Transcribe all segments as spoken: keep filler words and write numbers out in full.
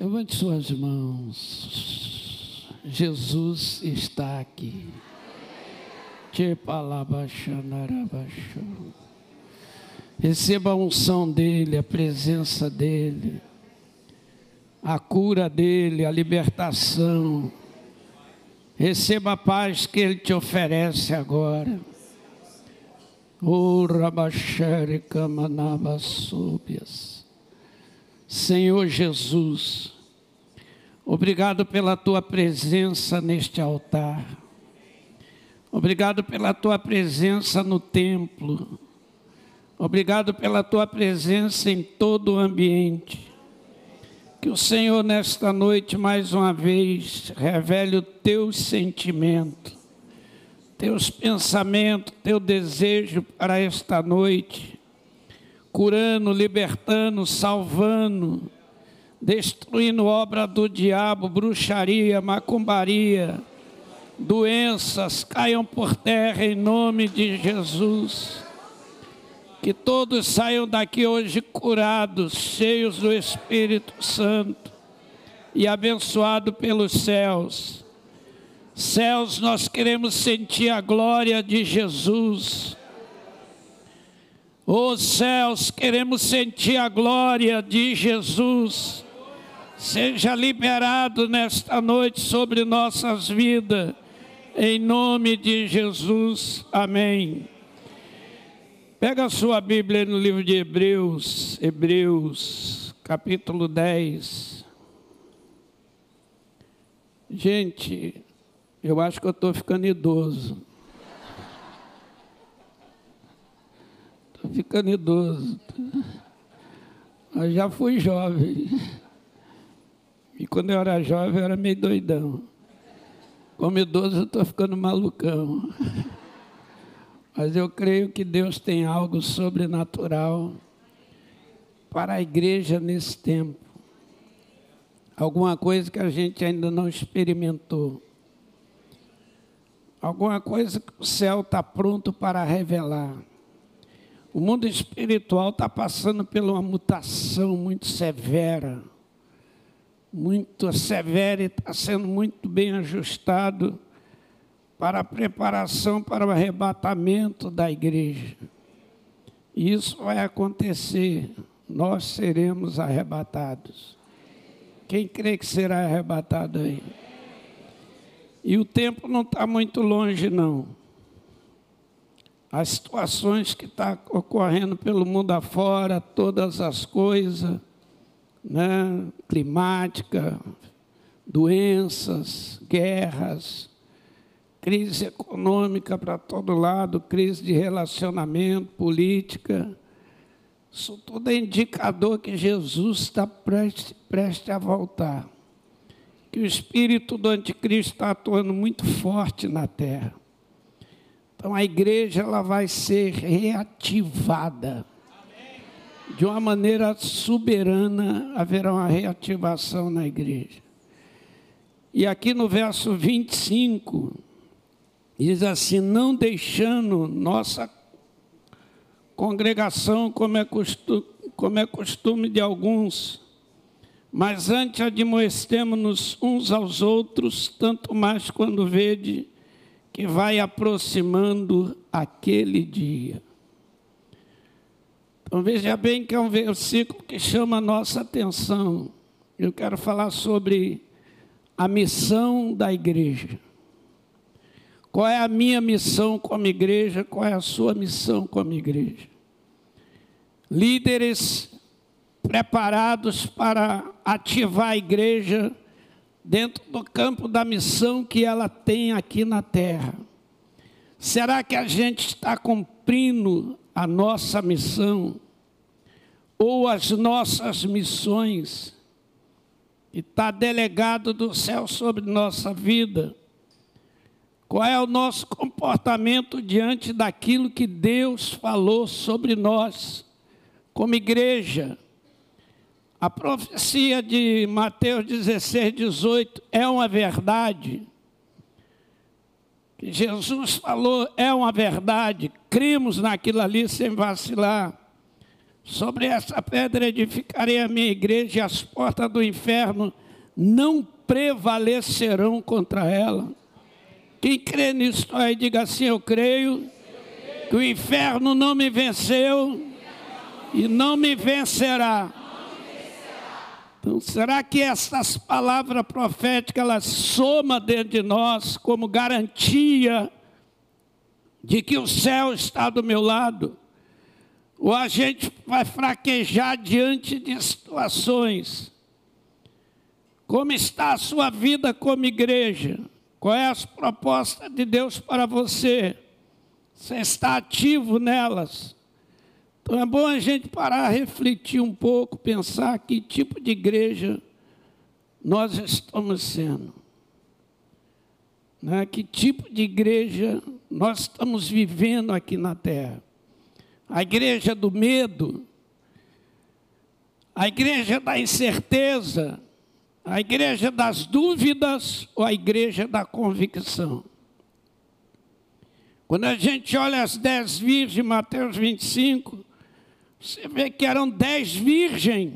Levante suas mãos. Jesus está aqui. Receba a unção dele, a presença dele, a cura dele, a libertação. Receba a paz que ele te oferece agora. Oh, Rabaxere Kamanabasúbias. Senhor Jesus, obrigado pela tua presença neste altar. Obrigado pela tua presença no templo. Obrigado pela tua presença em todo o ambiente. Que o Senhor nesta noite mais uma vez revele o teu sentimento, teus pensamentos, teu desejo para esta noite. Curando, libertando, salvando, destruindo obra do diabo, bruxaria, macumbaria, doenças caiam por terra em nome de Jesus. Que todos saiam daqui hoje curados, cheios do Espírito Santo e abençoados pelos céus. Céus, nós queremos sentir a glória de Jesus. Os céus, queremos sentir a glória de Jesus. Seja liberado nesta noite sobre nossas vidas, em nome de Jesus, amém. Pega a sua Bíblia no livro de Hebreus, Hebreus, capítulo dez. Gente, eu acho que eu estou ficando idoso. Estou ficando idoso. Mas já fui jovem. E quando eu era jovem, eu era meio doidão. Como idoso, eu estou ficando malucão. Mas eu creio que Deus tem algo sobrenatural para a igreja nesse tempo. Alguma coisa que a gente ainda não experimentou. Alguma coisa que o céu está pronto para revelar. O mundo espiritual está passando por uma mutação muito severa. Muito severa e está sendo muito bem ajustado para a preparação para o arrebatamento da igreja. E isso vai acontecer. Nós seremos arrebatados. Quem crê que será arrebatado aí? E o tempo não está muito longe, não. As situações que estão ocorrendo pelo mundo afora, todas as coisas, né, climática, doenças, guerras, crise econômica para todo lado, crise de relacionamento, política. Isso tudo é indicador que Jesus está prestes, prestes a voltar. Que o espírito do anticristo está atuando muito forte na terra. Então a igreja ela vai ser reativada. De uma maneira soberana haverá uma reativação na igreja. E aqui no verso vinte e cinco, diz assim: não deixando nossa congregação como é costume, como é costume de alguns, mas antes admoestemo-nos uns aos outros, tanto mais quando vede que vai aproximando aquele dia. Então veja bem que é um versículo que chama a nossa atenção. Eu quero falar sobre a missão da igreja. Qual é a minha missão como igreja? Qual é a sua missão como igreja? Líderes preparados para ativar a igreja dentro do campo da missão que ela tem aqui na terra. Será que a gente está cumprindo a nossa missão? Ou as nossas missões? E está delegado do céu sobre nossa vida? Qual é o nosso comportamento diante daquilo que Deus falou sobre nós, como igreja? A profecia de Mateus dezesseis, dezoito é uma verdade. Que Jesus falou é uma verdade. Cremos naquilo ali sem vacilar. Sobre essa pedra edificarei a minha igreja, e as portas do inferno não prevalecerão contra ela. Quem crê nisso aí, diga assim: eu creio que o inferno não me venceu e não me vencerá. Então, será que essas palavras proféticas, elas somam dentro de nós como garantia de que o céu está do meu lado? Ou a gente vai fraquejar diante de situações? Como está a sua vida como igreja? Qual é as propostas de Deus para você? Você está ativo nelas? Então é bom a gente parar, refletir um pouco, pensar que tipo de igreja nós estamos sendo. Né? Que tipo de igreja nós estamos vivendo aqui na terra. A igreja do medo, a igreja da incerteza, a igreja das dúvidas ou a igreja da convicção. Quando a gente olha as dez virgens, Mateus vinte e cinco, você vê que eram dez virgens.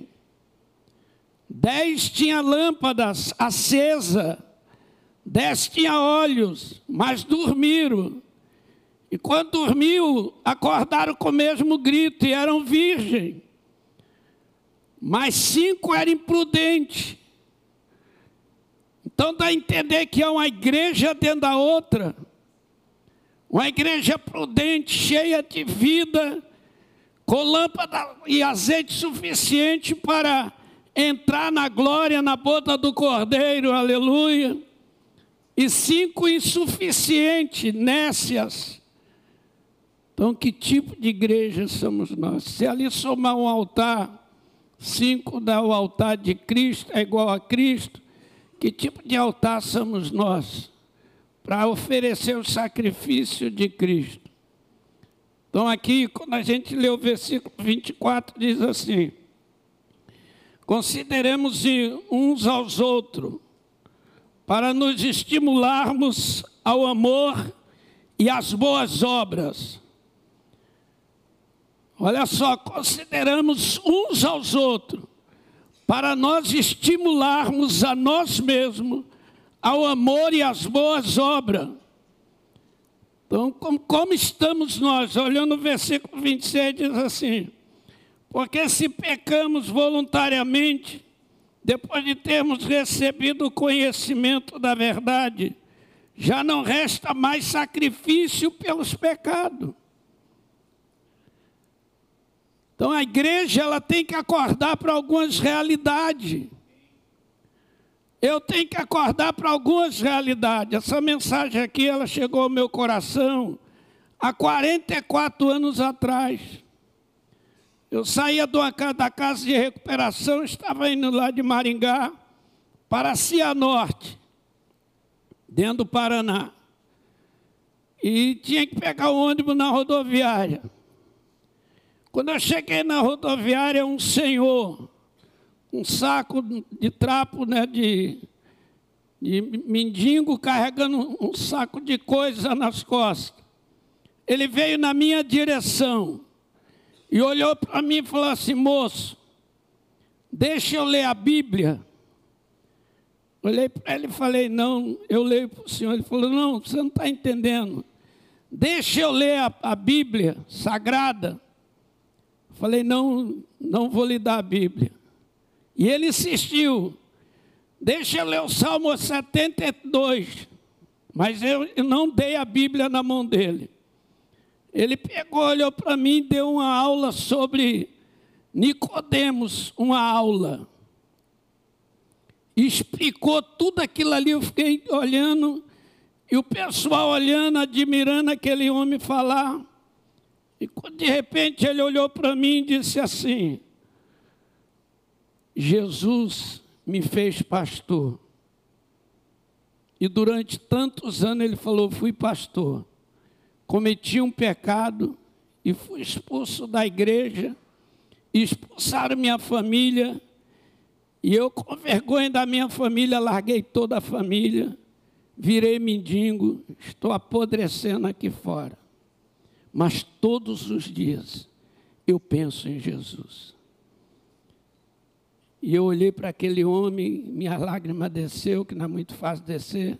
Dez tinha lâmpadas acesas, dez tinha olhos, mas dormiram. E quando dormiu, acordaram com o mesmo grito e eram virgens. Mas cinco eram imprudentes. Então dá a entender que é uma igreja dentro da outra. Uma igreja prudente, cheia de vida, com lâmpada e azeite suficiente para entrar na glória, na boda do Cordeiro, aleluia. E cinco insuficientes, nécias. Então, que tipo de igreja somos nós? Se ali somar um altar, cinco dá o altar de Cristo, é igual a Cristo, que tipo de altar somos nós? Para oferecer o sacrifício de Cristo. Então aqui, quando a gente lê o versículo vinte e quatro, diz assim: consideremos uns aos outros, para nos estimularmos ao amor e às boas obras. Olha só, consideramos uns aos outros, para nós estimularmos a nós mesmos ao amor e às boas obras. Então, como, como estamos nós? Olhando o versículo vinte e seis, diz assim: porque se pecamos voluntariamente, depois de termos recebido o conhecimento da verdade, já não resta mais sacrifício pelos pecados. Então a igreja, ela tem que acordar para algumas realidades. Eu tenho que acordar para algumas realidades. Essa mensagem aqui, ela chegou ao meu coração há quarenta e quatro anos atrás. Eu saía de uma, da casa de recuperação, estava indo lá de Maringá para Cianorte, dentro do Paraná. E tinha que pegar o ônibus na rodoviária. Quando eu cheguei na rodoviária, um senhor, um saco de trapo, né, de, de mendigo, carregando um saco de coisa nas costas. Ele veio na minha direção e olhou para mim e falou assim: moço, deixa eu ler a Bíblia. Olhei para ele e falei: não, eu leio para o senhor. Ele falou: não, você não está entendendo. Deixa eu ler a, a Bíblia Sagrada. Falei: não, não vou lhe dar a Bíblia. E ele insistiu: deixa eu ler o Salmo setenta e dois. Mas eu não dei a Bíblia na mão dele. Ele pegou, olhou para mim e deu uma aula sobre Nicodemos, uma aula. E explicou tudo aquilo ali, eu fiquei olhando, e o pessoal olhando, admirando aquele homem falar. E de repente ele olhou para mim e disse assim: Jesus me fez pastor. E durante tantos anos ele falou: fui pastor, cometi um pecado e fui expulso da igreja, expulsaram minha família, e eu, com vergonha da minha família, larguei toda a família, virei mendigo, estou apodrecendo aqui fora. Mas todos os dias eu penso em Jesus. E eu olhei para aquele homem, minha lágrima desceu, que não é muito fácil descer,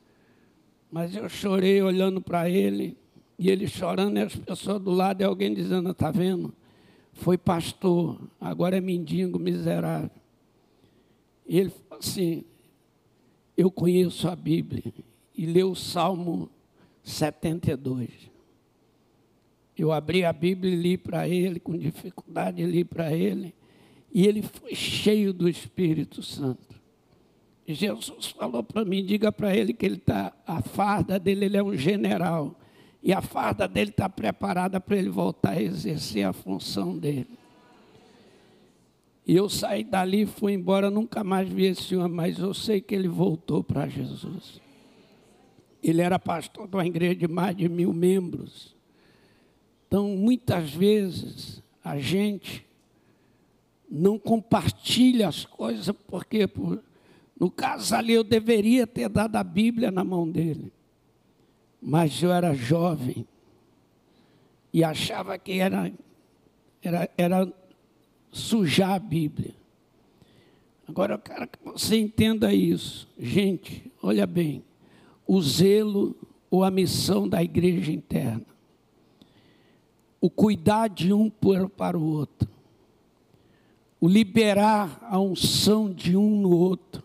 mas eu chorei olhando para ele, e ele chorando, e as pessoas do lado, e alguém dizendo, está vendo? Foi pastor, agora é mendigo, miserável. E ele falou assim, eu conheço a Bíblia, e leu o Salmo setenta e dois. Eu abri a Bíblia e li para ele, com dificuldade li para ele, e ele foi cheio do Espírito Santo. E Jesus falou para mim, diga para ele que ele tá, a farda dele, ele é um general, e a farda dele está preparada para ele voltar a exercer a função dele. E eu saí dali, fui embora, nunca mais vi esse homem, mas eu sei que ele voltou para Jesus. Ele era pastor de uma igreja de mais de mil membros. Então, muitas vezes, a gente não compartilha as coisas, porque, por, no caso ali, eu deveria ter dado a Bíblia na mão dele. Mas eu era jovem e achava que era, era, era sujar a Bíblia. Agora eu quero que você entenda isso. Gente, olha bem, o zelo ou a missão da igreja interna. O cuidar de um para o outro. O liberar a unção de um no outro.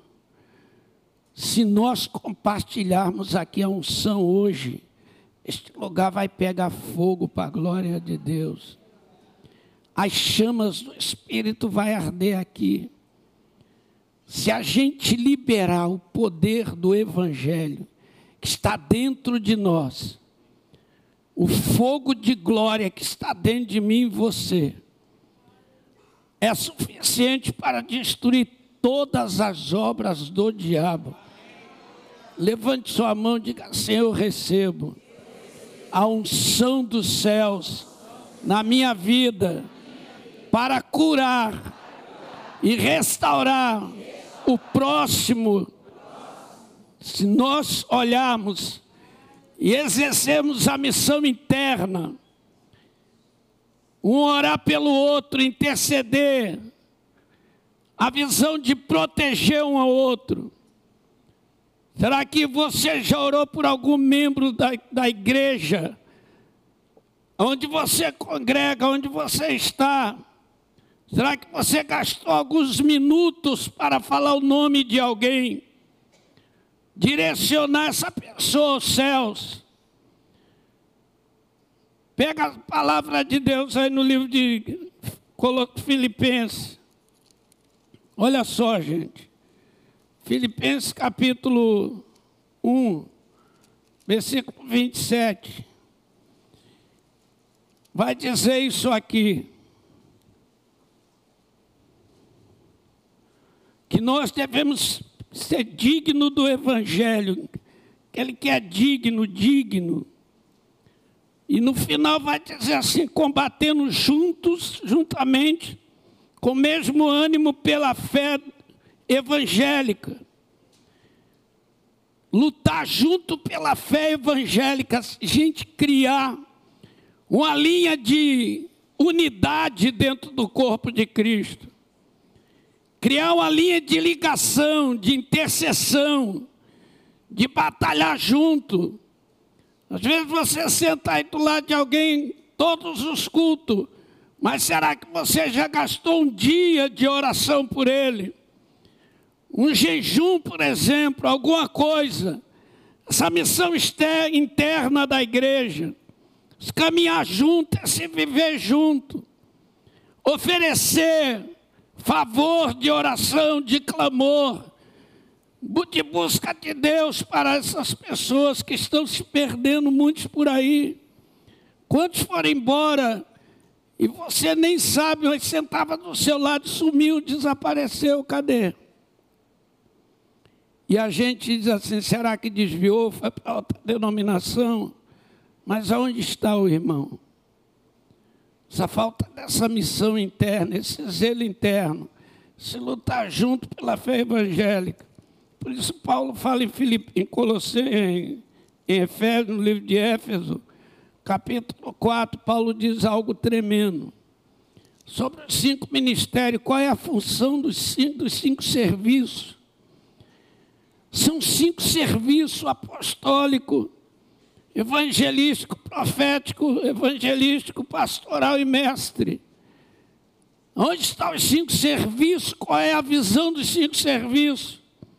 Se nós compartilharmos aqui a unção hoje, este lugar vai pegar fogo para a glória de Deus. As chamas do Espírito vai arder aqui. Se a gente liberar o poder do Evangelho, que está dentro de nós, o fogo de glória que está dentro de mim e você, é suficiente para destruir todas as obras do diabo. Levante sua mão e diga assim, eu recebo a unção dos céus na minha vida para curar e restaurar o próximo. Se nós olharmos e exercermos a missão interna, um orar pelo outro, interceder, a visão de proteger um ao outro. Será que você já orou por algum membro da, da igreja, onde você congrega, onde você está? Será que você gastou alguns minutos para falar o nome de alguém? Direcionar essa pessoa aos céus. Pega a palavra de Deus aí no livro de Filipenses. Olha só, gente. Filipenses capítulo um, versículo vinte e sete. Vai dizer isso aqui. Que nós devemos ser dignos do Evangelho. Aquele que é digno, digno. E no final vai dizer assim, combatendo juntos, juntamente, com o mesmo ânimo pela fé evangélica. Lutar junto pela fé evangélica, gente, criar uma linha de unidade dentro do corpo de Cristo. Criar uma linha de ligação, de intercessão, de batalhar junto. Às vezes você senta aí do lado de alguém, todos os cultos, mas será que você já gastou um dia de oração por ele? Um jejum, por exemplo, alguma coisa. Essa missão interna da igreja. Se caminhar junto é se viver junto. Oferecer favor de oração, de clamor, de busca de Deus para essas pessoas que estão se perdendo, muitos por aí. Quantos foram embora e você nem sabe, mas sentava do seu lado, sumiu, desapareceu, cadê? E a gente diz assim, será que desviou, foi para outra denominação? Mas aonde está o irmão? Essa falta dessa missão interna, esse zelo interno, se lutar junto pela fé evangélica. Por isso Paulo fala em, Filipe, em Colossenses, em, em Efésios, no livro de Éfeso, capítulo quatro, Paulo diz algo tremendo. sobre os cinco ministérios, qual é a função dos cinco, dos cinco serviços. São cinco serviços: apostólico, evangelístico, profético, evangelístico, pastoral e mestre. Onde estão os cinco serviços? Qual é a visão dos cinco serviços?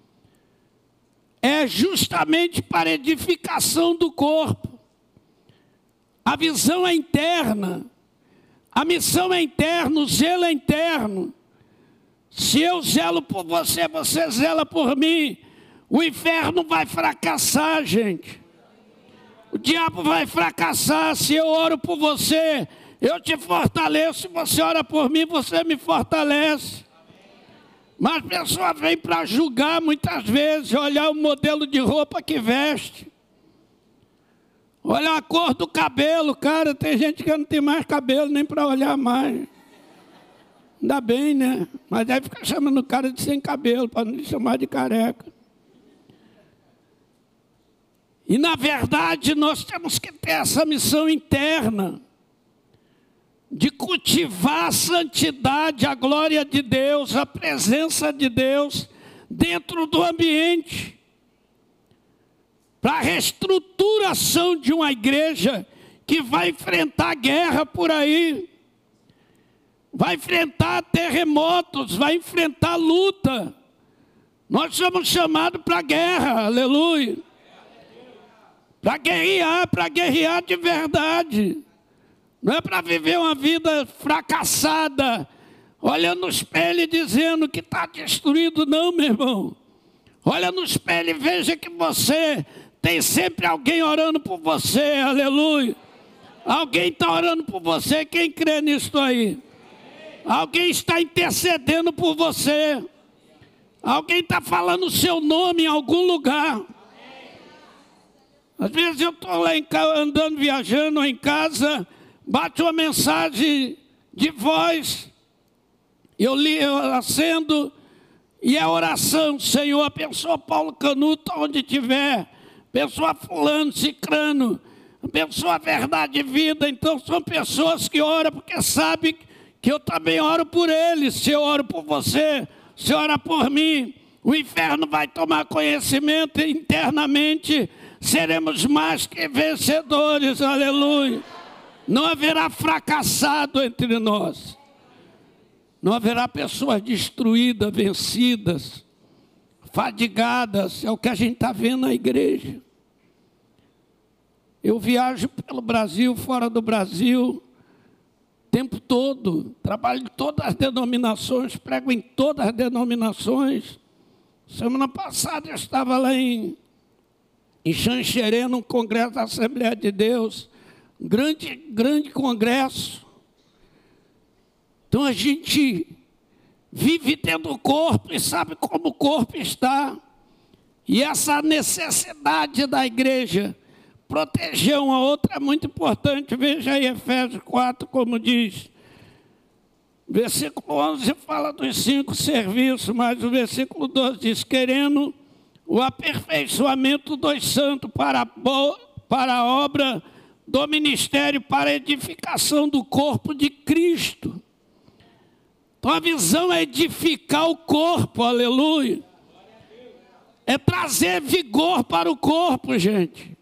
É justamente para edificação do corpo. A visão é interna, a missão é interna, o zelo é interno. Se eu zelo por você, você zela por mim, o inferno vai fracassar, gente. O diabo vai fracassar. Se eu oro por você, eu te fortaleço. Se você ora por mim, você me fortalece. Mas a pessoa vem para julgar muitas vezes, olhar o modelo de roupa que veste, olha a cor do cabelo. Cara, tem gente que não tem mais cabelo nem para olhar mais. Ainda bem, né? Mas aí fica chamando o cara de sem cabelo, para não chamar de careca. E na verdade nós temos que ter essa missão interna, de cultivar a santidade, a glória de Deus, a presença de Deus dentro do ambiente, para a reestruturação de uma igreja que vai enfrentar guerra por aí, vai enfrentar terremotos, vai enfrentar luta. Nós somos chamados para a guerra, aleluia, para guerrear, para guerrear de verdade. Não é para viver uma vida fracassada, olhando no espelho e dizendo que está destruído, não, meu irmão. Olha no espelho e veja que você tem sempre alguém orando por você, aleluia. Alguém está orando por você, quem crê nisso aí? Alguém está intercedendo por você. Alguém está falando o seu nome em algum lugar. Às vezes eu estou lá em casa, andando, viajando, ou em casa, bate uma mensagem de voz, eu li, eu acendo, e é oração. Senhor, abençoa Paulo Canuto onde estiver, abençoa fulano, cicrano, abençoa a verdade e vida. Então são pessoas que oram porque sabem que eu também oro por eles. Se eu oro por você, se ora por mim, o inferno vai tomar conhecimento e internamente seremos mais que vencedores, aleluia. Não haverá fracassado entre nós. Não haverá pessoas destruídas, vencidas, fadigadas. É o que a gente está vendo na igreja. Eu viajo pelo Brasil, fora do Brasil, o tempo todo. Trabalho em todas as denominações, prego em todas as denominações. Semana passada eu estava lá em, em Xanxerê, num congresso da Assembleia de Deus. Grande, grande congresso. Então a gente vive tendo o corpo e sabe como o corpo está. E essa necessidade da igreja proteger uma outra é muito importante. Veja aí Efésios quatro, como diz. Versículo onze fala dos cinco serviços, mas o versículo doze diz: querendo o aperfeiçoamento dos santos para a, bo... para a obra do ministério, para a edificação do corpo de Cristo. Então a visão é edificar o corpo, aleluia. É trazer vigor para o corpo, gente.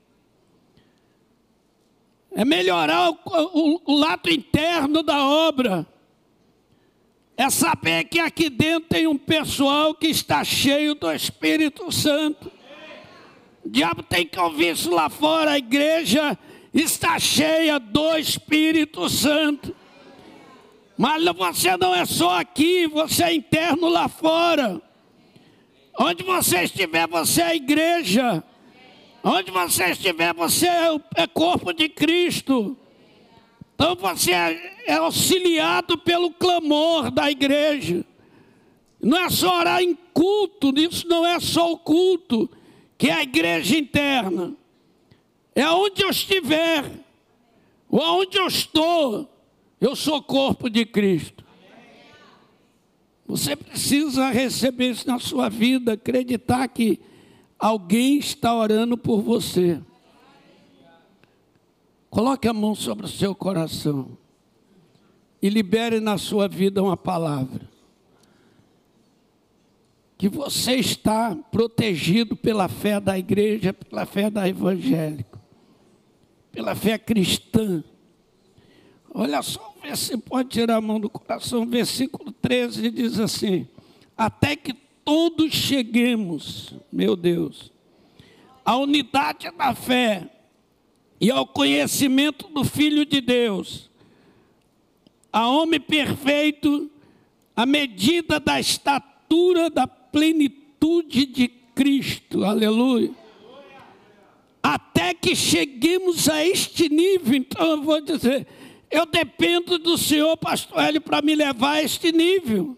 É melhorar o, o, o lado interno da obra. É saber que aqui dentro tem um pessoal que está cheio do Espírito Santo. O diabo tem que ouvir isso lá fora. A igreja está cheia do Espírito Santo. Mas você não é só aqui, você é interno lá fora. Onde você estiver, você é a igreja. Onde você estiver, você é corpo de Cristo. Então você é auxiliado pelo clamor da igreja. Não é só orar em culto, isso não é só o culto, que é a igreja interna. É onde eu estiver, ou onde eu estou, eu sou corpo de Cristo. Você precisa receber isso na sua vida, acreditar que alguém está orando por você. Coloque a mão sobre o seu coração e libere na sua vida uma palavra. Que você está protegido pela fé da igreja, pela fé da evangélica, pela fé cristã. Olha só, você pode tirar a mão do coração, versículo treze diz assim: até que todos cheguemos, meu Deus, à unidade da fé e ao conhecimento do Filho de Deus, a homem perfeito, à medida da estatura da plenitude de Cristo, aleluia. Até que cheguemos a este nível. Então eu vou dizer, eu dependo do Senhor, pastor Hélio, para me levar a este nível.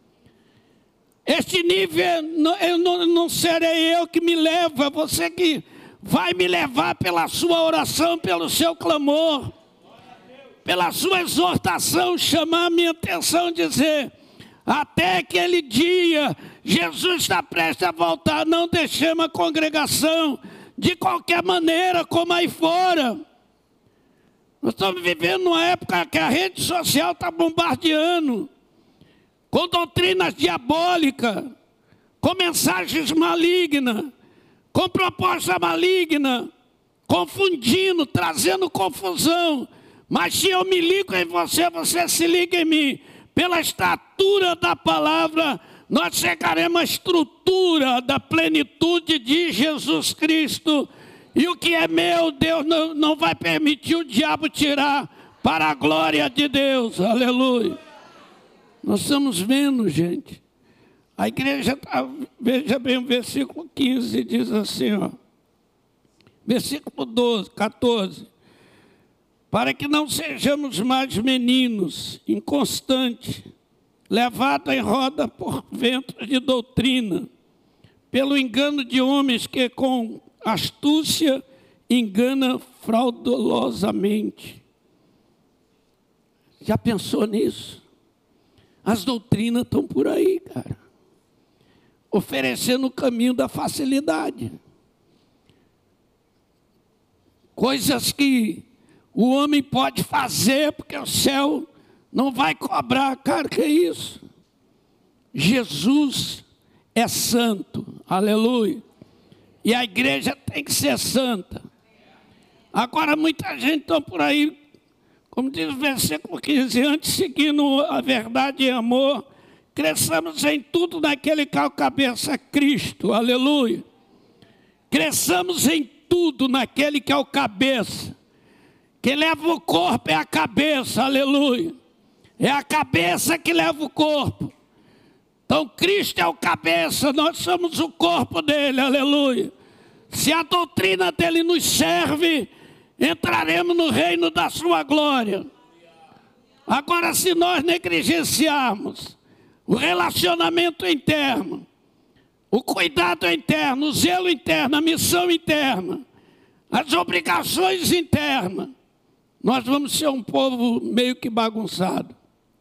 Este nível, eu não, não serei eu que me leva, é você que vai me levar pela sua oração, pelo seu clamor, pela sua exortação, chamar a minha atenção, dizer, até aquele dia, Jesus está prestes a voltar, não deixemos a congregação de qualquer maneira, como aí fora. Nós estamos vivendo numa época que a rede social está bombardeando, com doutrinas diabólicas, com mensagens malignas, com proposta maligna, confundindo, trazendo confusão. Mas se eu me ligo em você, você se liga em mim. Pela estatura da palavra, nós chegaremos à estrutura da plenitude de Jesus Cristo. E o que é meu, Deus não, não vai permitir o diabo tirar para a glória de Deus. Aleluia. Nós estamos vendo, gente. A igreja, tá, veja bem o versículo quinze, diz assim, ó. Versículo doze, quatorze. Para que não sejamos mais meninos, inconstantes, levados em roda por ventos de doutrina, pelo engano de homens que com astúcia engana fraudulosamente. Já pensou nisso? As doutrinas estão por aí, cara, oferecendo o caminho da facilidade. Coisas que o homem pode fazer, porque o céu não vai cobrar. Cara, que é isso? Jesus é santo, aleluia. E a igreja tem que ser santa. Agora muita gente está por aí, como diz o versículo quinze, antes seguindo a verdade e amor, cresçamos em tudo naquele que é o cabeça, Cristo, aleluia. Cresçamos em tudo naquele que é o cabeça. Quem leva o corpo é a cabeça, aleluia. É a cabeça que leva o corpo. Então Cristo é o cabeça, nós somos o corpo dele, aleluia. Se a doutrina dele nos serve, entraremos no reino da sua glória. Agora, se nós negligenciarmos o relacionamento interno, o cuidado interno, o zelo interno, a missão interna, as obrigações internas, nós vamos ser um povo meio que bagunçado.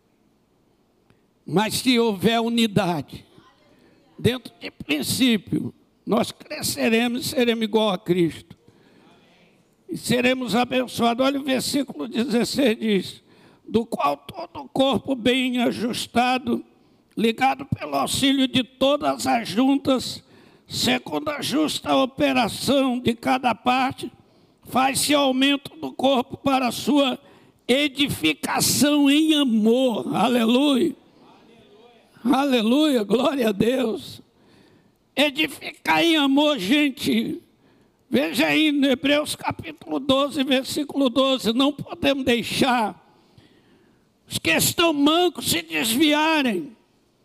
Mas se houver unidade, dentro de princípio, nós cresceremos e seremos igual a Cristo. E seremos abençoados. Olha o versículo dezesseis, diz, do qual todo o corpo bem ajustado, ligado pelo auxílio de todas as juntas, segundo a justa operação de cada parte, faz-se aumento do corpo para a sua edificação em amor. Aleluia. Aleluia, Aleluia, glória a Deus. Edificar em amor, gente. Veja aí no Hebreus capítulo doze, versículo doze. Não podemos deixar os que estão mancos se desviarem.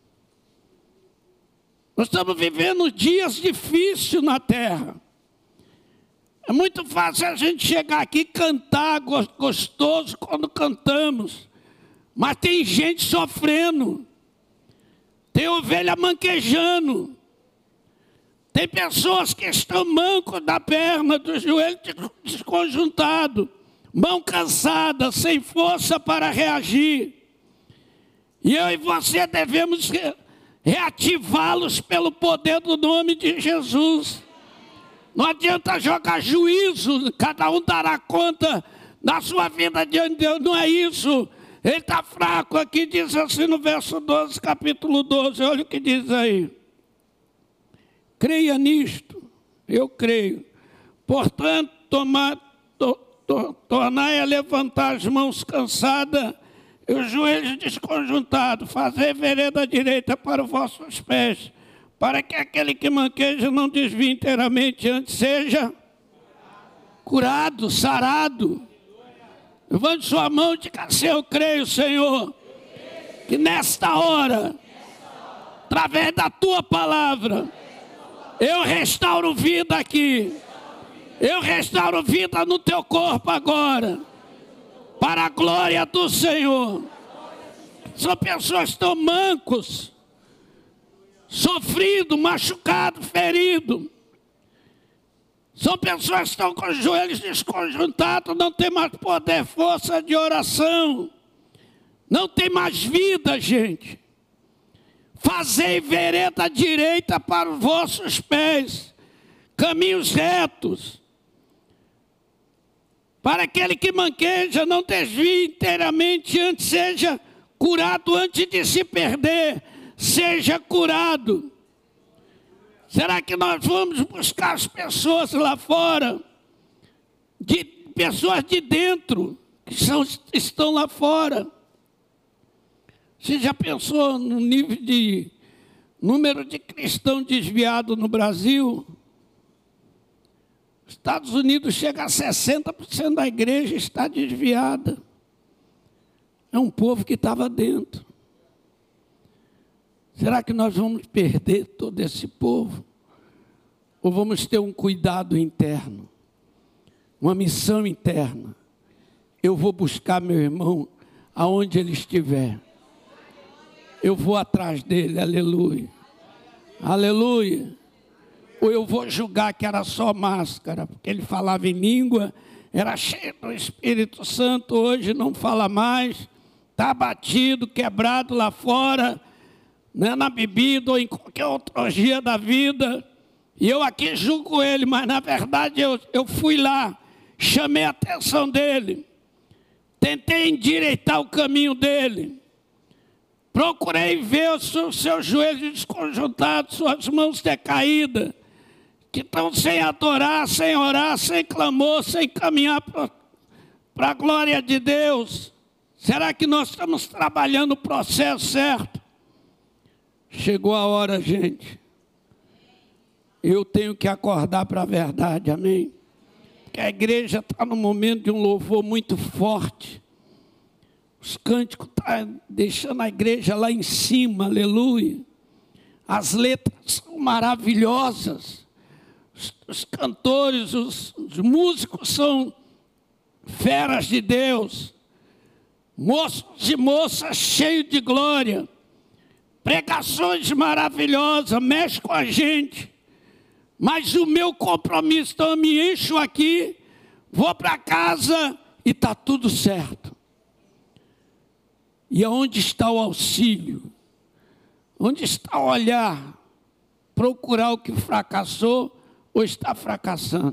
Nós estamos vivendo dias difíceis na terra. É muito fácil a gente chegar aqui e cantar gostoso quando cantamos. Mas tem gente sofrendo. Tem ovelha manquejando. Tem pessoas que estão mancos da perna, do joelho desconjuntado, mão cansada, sem força para reagir. E eu e você devemos reativá-los pelo poder do nome de Jesus. Não adianta jogar juízo, cada um dará conta da sua vida diante de Deus, não é isso. Ele está fraco aqui, diz assim no verso doze, capítulo doze, olha o que diz aí. Creia nisto, eu creio. Portanto, tomar, to, to, tornai a levantar as mãos cansadas e os joelhos desconjuntados, fazer vereda direita para os vossos pés, para que aquele que manqueja não desvie inteiramente, antes seja curado, sarado. Levante sua mão e diga assim: eu creio, Senhor, que nesta hora, através da tua palavra, eu restauro vida aqui. Eu restauro vida no teu corpo agora, para a glória do Senhor. São pessoas que estão mancos, sofrido, machucado, ferido. São pessoas que estão com os joelhos desconjuntados, não tem mais poder, força de oração. Não tem mais vida, gente. Fazei vereda direita para os vossos pés, caminhos retos. Para aquele que manqueja, não desvie inteiramente, antes seja curado, antes de se perder, seja curado. Será que nós vamos buscar as pessoas lá fora, de pessoas de dentro, que são, estão lá fora? Você já pensou no nível de número de cristãos desviados no Brasil? Estados Unidos chega a sessenta por cento da igreja está desviada. É um povo que estava dentro. Será que nós vamos perder todo esse povo? Ou vamos ter um cuidado interno? Uma missão interna? Eu vou buscar meu irmão aonde ele estiver. Eu vou atrás dele, aleluia. Aleluia. Ou eu vou julgar que era só máscara, porque ele falava em língua, era cheio do Espírito Santo, hoje não fala mais, está abatido, quebrado lá fora, né, na bebida ou em qualquer outro dia da vida, e eu aqui julgo ele, mas na verdade eu, eu fui lá, chamei a atenção dele, tentei endireitar o caminho dele, procurei ver os seus joelhos desconjuntados, suas mãos decaídas, que estão sem adorar, sem orar, sem clamor, sem caminhar para a glória de Deus. Será que nós estamos trabalhando o processo certo? Chegou a hora, gente. Eu tenho que acordar para a verdade, amém? Porque a igreja está num momento de um louvor muito forte. Os cânticos estão deixando a igreja lá em cima, aleluia. As letras são maravilhosas. Os, os cantores, os, os músicos são feras de Deus. Moços e moças cheios de glória. Pregações maravilhosas, mexe com a gente. Mas o meu compromisso, então eu me encho aqui, vou para casa e está tudo certo. E aonde está o auxílio? Onde está o olhar? Procurar o que fracassou ou está fracassando?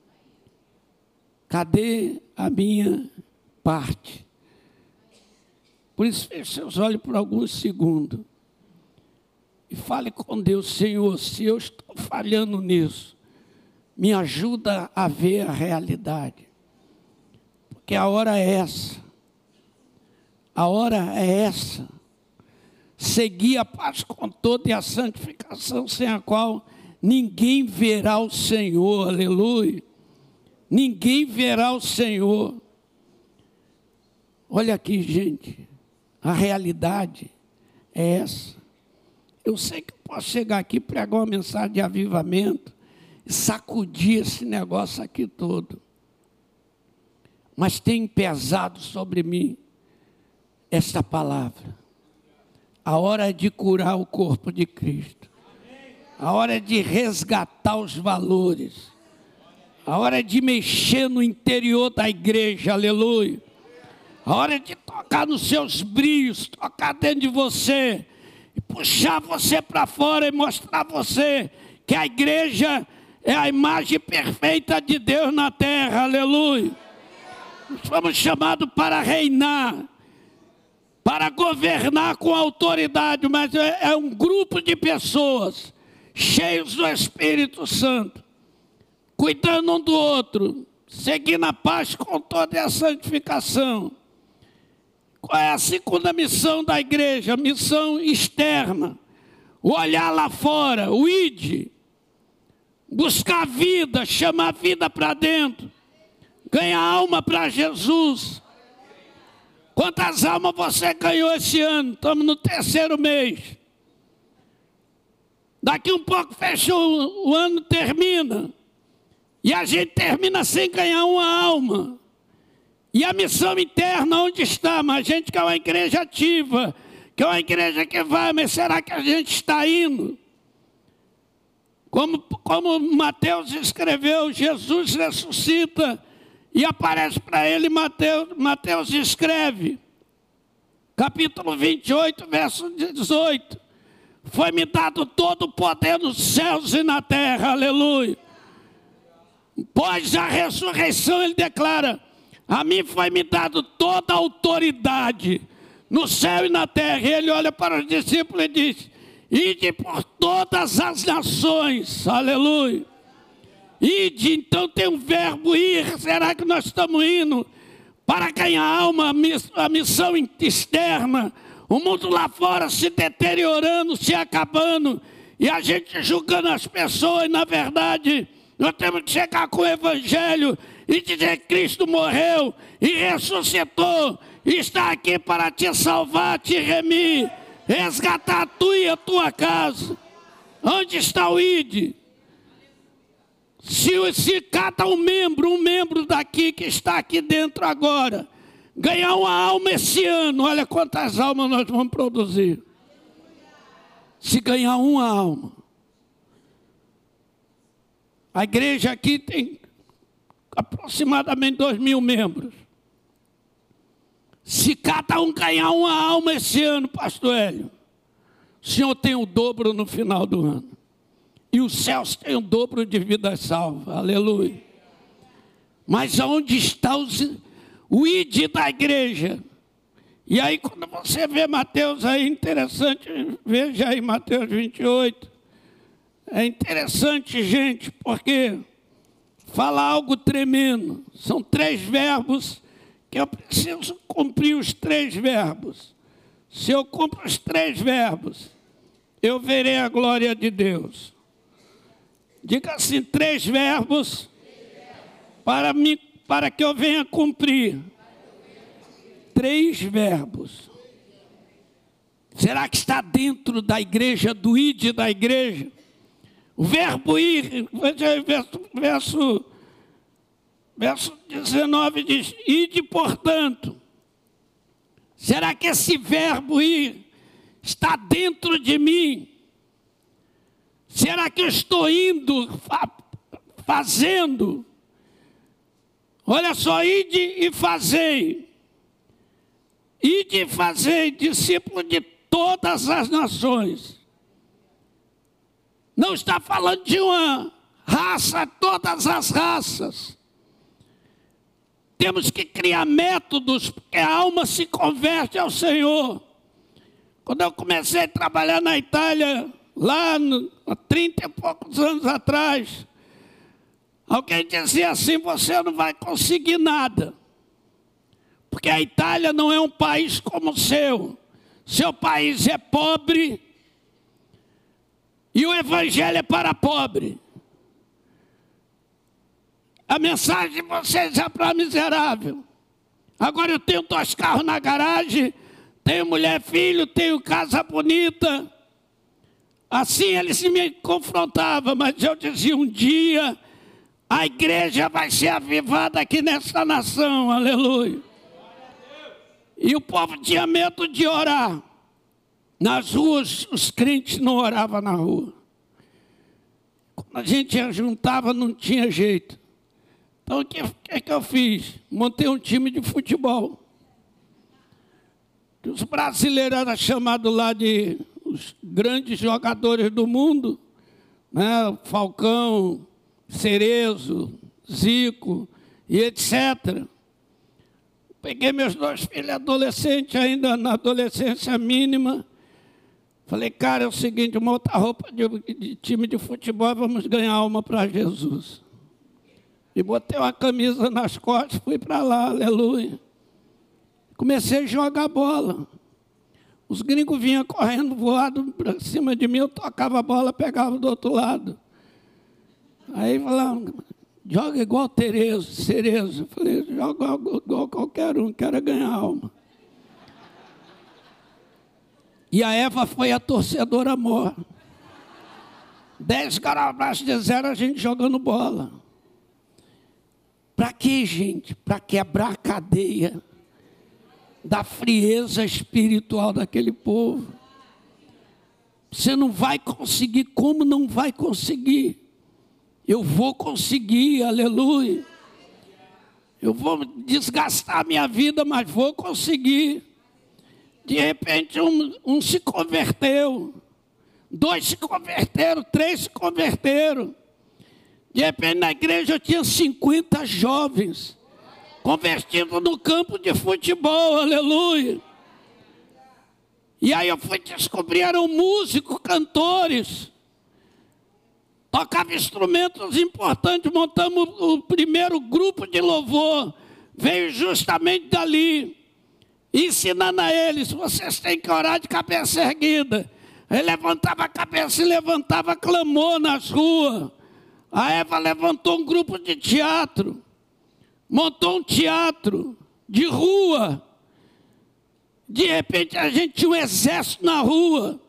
Cadê a minha parte? Por isso, feche seus olhos por alguns segundos. E fale com Deus: Senhor, se eu estou falhando nisso, me ajuda a ver a realidade. Porque a hora é essa. A hora é essa. Seguir a paz com toda e a santificação, sem a qual ninguém verá o Senhor. Aleluia. Ninguém verá o Senhor. Olha aqui, gente. A realidade é essa. Eu sei que eu posso chegar aqui e pregar uma mensagem de avivamento e sacudir esse negócio aqui todo. Mas tem pesado sobre mim esta palavra. A hora é de curar o corpo de Cristo. A hora é de resgatar os valores. A hora é de mexer no interior da igreja, aleluia. A hora é de tocar nos seus brilhos, tocar dentro de você, e puxar você para fora e mostrar a você que a igreja é a imagem perfeita de Deus na terra, aleluia. Nós fomos chamados para reinar. para governar com autoridade, mas é, é um grupo de pessoas cheios do Espírito Santo, cuidando um do outro, seguindo a paz com toda a santificação. Qual é a segunda missão da igreja? A missão externa. O olhar lá fora, o ide. Buscar vida, chamar vida para dentro. Ganhar alma para Jesus. Quantas almas você ganhou esse ano? Estamos no terceiro mês. Daqui um pouco fecha o, o ano, termina. E a gente termina sem ganhar uma alma. E a missão interna onde está? Mas a gente que é uma igreja ativa, que é uma igreja que vai, mas será que a gente está indo? Como, como Mateus escreveu, Jesus ressuscita e aparece para ele, Mateus, Mateus escreve, capítulo vinte e oito, verso dezoito. Foi-me dado todo o poder nos céus e na terra, aleluia. Após a ressurreição, ele declara, a mim foi-me dado toda a autoridade no céu e na terra. E ele olha para os discípulos e diz, ide por todas as nações, aleluia. Ide, então tem um verbo ir. Será que nós estamos indo para ganhar alma, a missão externa? O mundo lá fora se deteriorando, se acabando, e a gente julgando as pessoas, e na verdade nós temos que chegar com o evangelho e dizer que Cristo morreu e ressuscitou, e está aqui para te salvar, te remir, resgatar a tua e a tua casa. Onde está o ide? Se, se cada um membro, um membro daqui que está aqui dentro agora, ganhar uma alma esse ano, olha quantas almas nós vamos produzir. Se ganhar uma alma. A igreja aqui tem aproximadamente dois mil membros. Se cada um ganhar uma alma esse ano, pastor Hélio, o senhor tem o dobro no final do ano. E os céus têm o dobro de vidas salvas, aleluia. Mas aonde está os, o ide da igreja? E aí quando você vê Mateus aí, interessante, veja aí Mateus vinte e oito. É interessante, gente, porque fala algo tremendo. São três verbos que eu preciso cumprir os três verbos. Se eu cumpro os três verbos, eu verei a glória de Deus. Diga assim, três verbos para, mim, para que eu venha cumprir. Três verbos. Será que está dentro da igreja, do ide da igreja? O verbo ir, verso, verso, verso dezenove diz, ide portanto. Será que esse verbo ir está dentro de mim? Será que eu estou indo, fazendo? Olha só, ide e fazei. Ide e fazei, discípulo de todas as nações. Não está falando de uma raça, todas as raças. Temos que criar métodos, porque a alma se converte ao Senhor. Quando eu comecei a trabalhar na Itália, lá no, há trinta e poucos anos atrás, alguém dizia assim, você não vai conseguir nada. Porque a Itália não é um país como o seu. Seu país é pobre e o evangelho é para pobre. A mensagem de vocês é para miserável. Agora eu tenho dois carros na garagem, tenho mulher, filho, tenho casa bonita. Assim eles me confrontavam, mas eu dizia, um dia a igreja vai ser avivada aqui nessa nação, aleluia. E o povo tinha medo de orar. Nas ruas, os crentes não oravam na rua. Quando a gente juntava, não tinha jeito. Então, o que, que, que eu fiz? Montei um time de futebol. Os brasileiros eram chamados lá de os grandes jogadores do mundo, né? Falcão, Cerezo, Zico e etcétera. Peguei meus dois filhos adolescentes, ainda na adolescência mínima. Falei, cara, é o seguinte, uma outra roupa de, de time de futebol, vamos ganhar alma para Jesus. E botei uma camisa nas costas, fui para lá, aleluia. Comecei a jogar bola. Os gringos vinham correndo, voado para cima de mim, eu tocava a bola, pegava do outro lado. Aí falavam, joga igual Terezo, Cerezo. Eu falei, joga igual, igual qualquer um, quero ganhar alma. E a Eva foi a torcedora mor. Dez caras abaixo de zero, a gente jogando bola. Para quê, gente? Para quebrar a cadeia da frieza espiritual daquele povo. Você não vai conseguir, como não vai conseguir? Eu vou conseguir, aleluia. Eu vou desgastar minha vida, mas vou conseguir. De repente, um, um se converteu, dois se converteram, três se converteram. De repente, na igreja, eu tinha cinquenta jovens convertidos no campo de futebol, aleluia. E aí eu fui descobrir, eram músicos, cantores, tocavam instrumentos importantes, montamos o primeiro grupo de louvor, veio justamente dali. Ensinando a eles, vocês têm que orar de cabeça erguida. Ele levantava a cabeça e levantava clamor nas ruas. A Eva levantou um grupo de teatro, montou um teatro de rua. De repente a gente tinha um exército na rua.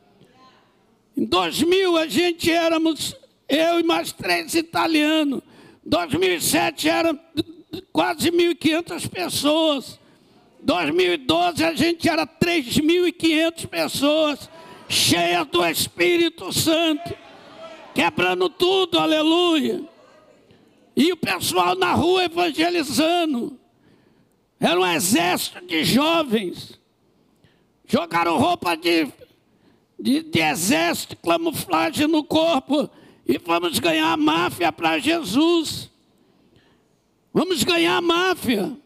Em dois mil a gente éramos, eu e mais três italianos. Em dois mil e sete eram quase mil e quinhentas pessoas. Em dois mil e doze a gente era três mil e quinhentas pessoas, cheias do Espírito Santo, quebrando tudo, aleluia. E o pessoal na rua evangelizando. Era um exército de jovens. Jogaram roupa de, de, de exército, camuflagem no corpo. E vamos ganhar a máfia para Jesus. Vamos ganhar a máfia.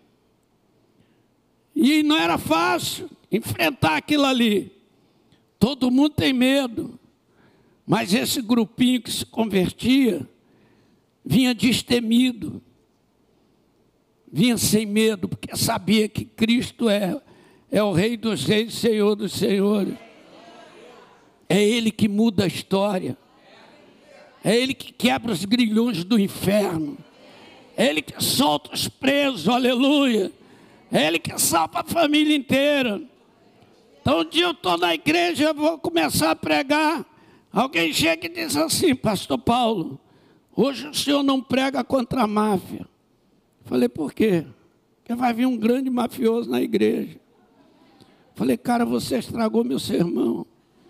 E não era fácil enfrentar aquilo ali. Todo mundo tem medo. Mas esse grupinho que se convertia, vinha destemido. Vinha sem medo, porque sabia que Cristo é, é o Rei dos Reis, Senhor dos Senhores. É Ele que muda a história. É Ele que quebra os grilhões do inferno. É Ele que solta os presos, aleluia. É Ele que salva a família inteira. Então um dia eu estou na igreja, eu vou começar a pregar. Alguém chega e diz assim, pastor Paulo, hoje o senhor não prega contra a máfia. Falei, por quê? Porque vai vir um grande mafioso na igreja. Falei, cara, você estragou meu sermão.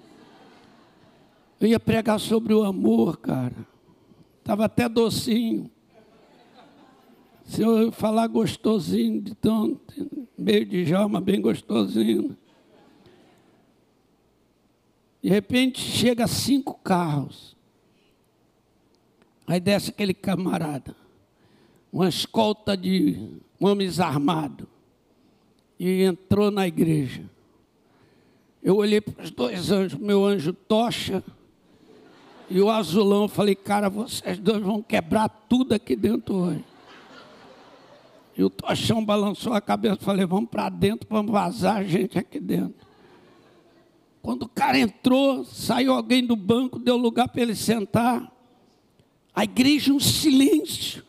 Eu ia pregar sobre o amor, cara. Estava até docinho. Se eu falar gostosinho, de tão, meio de Djalma, bem gostosinho. De repente, chega cinco carros. Aí desce aquele camarada. Uma escolta de homens armados. E entrou na igreja. Eu olhei para os dois anjos, meu anjo Tocha e o azulão. Falei, cara, vocês dois vão quebrar tudo aqui dentro hoje. E o Tochão balançou a cabeça. Falei, vamos para dentro, vamos vazar a gente aqui dentro. Quando o cara entrou, saiu alguém do banco, deu lugar para ele sentar. A igreja, um silêncio.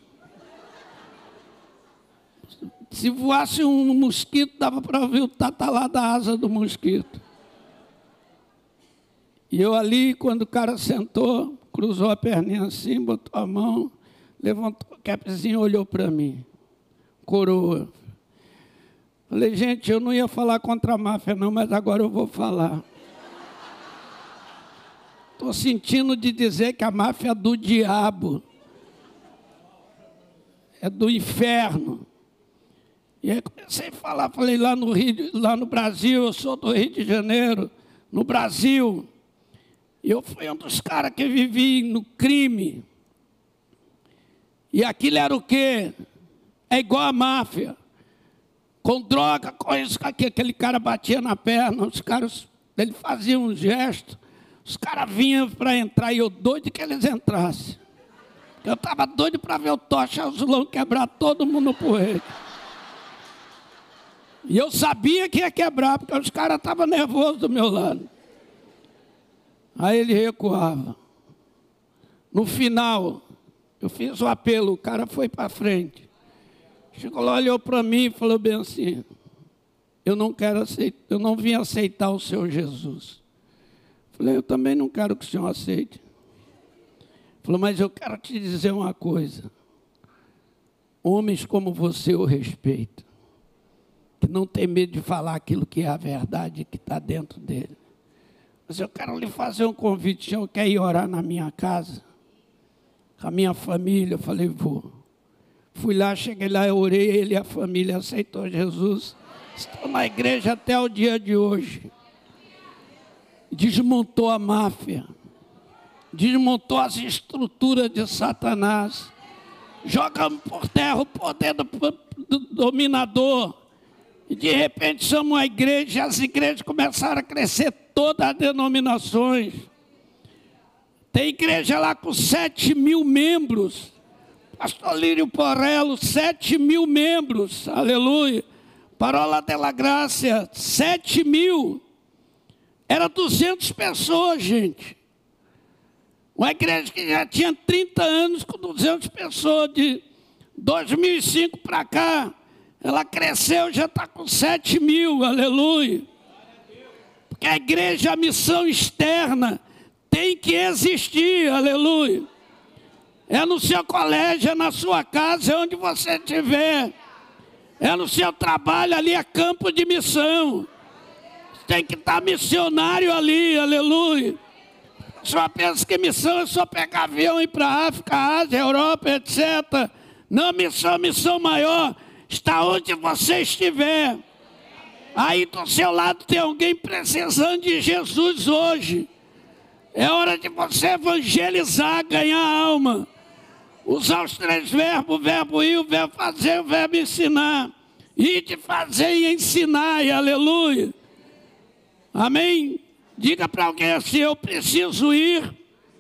Se voasse um mosquito, dava para ouvir o tatalá da asa do mosquito. E eu ali, quando o cara sentou, cruzou a perninha assim, botou a mão, levantou o capzinho e olhou para mim. Coroa. Falei, gente, eu não ia falar contra a máfia não, mas agora eu vou falar. Estou sentindo de dizer que a máfia é do diabo. É do inferno. E aí comecei a falar, falei, lá no, Rio, lá no Brasil, eu sou do Rio de Janeiro, no Brasil. Eu fui um dos caras que vivi no crime. E aquilo era o quê? É igual a máfia. com droga, com isso, com aquilo. Aquele cara batia na perna, os caras, ele fazia um gesto, os caras vinham para entrar e eu doido que eles entrassem. Eu estava doido para ver o Tocha Azulão quebrar todo mundo por ele. E eu sabia que ia quebrar, porque os caras estavam nervosos do meu lado. Aí ele recuava. No final, eu fiz o apelo, o cara foi para frente. Chegou lá, olhou para mim e falou bem assim: eu não quero aceitar, eu não vim aceitar o Senhor Jesus. Falei, eu também não quero que o Senhor aceite. Falou, mas eu quero te dizer uma coisa. Homens como você eu respeito, que não tem medo de falar aquilo que é a verdade que está dentro dele. Mas eu quero lhe fazer um convite. O senhor quer ir orar na minha casa? Com a minha família? Eu falei, vou. Fui lá, cheguei lá, eu orei, ele e a família aceitou Jesus. Estou na igreja até o dia de hoje. Desmontou a máfia. Desmontou as estruturas de Satanás. Jogamos por terra o poder do, do dominador. E de repente somos uma igreja, as igrejas começaram a crescer, todas as denominações. Tem igreja lá com sete mil membros. Pastor Lírio Porello, sete mil membros, aleluia. Parola della Graça, sete mil. Era duzentas pessoas, gente. Uma igreja que já tinha trinta anos com duzentas pessoas, de dois mil e cinco para cá, ela cresceu, já está com sete mil, aleluia. Porque a igreja, a missão externa, tem que existir, aleluia. É no seu colégio, é na sua casa, é onde você estiver. É no seu trabalho, ali é campo de missão. Você tem que estar missionário ali, aleluia. Só pensa que missão é só pegar avião e ir para a África, Ásia, Europa, etcétera. Não, missão, missão maior está onde você estiver. Aí do seu lado tem alguém precisando de Jesus hoje. É hora de você evangelizar, ganhar alma. Usar os três verbos, o verbo ir, o verbo fazer, o verbo ensinar. Ir de fazer e ensinar, e aleluia. Amém? Diga para alguém assim, eu preciso ir,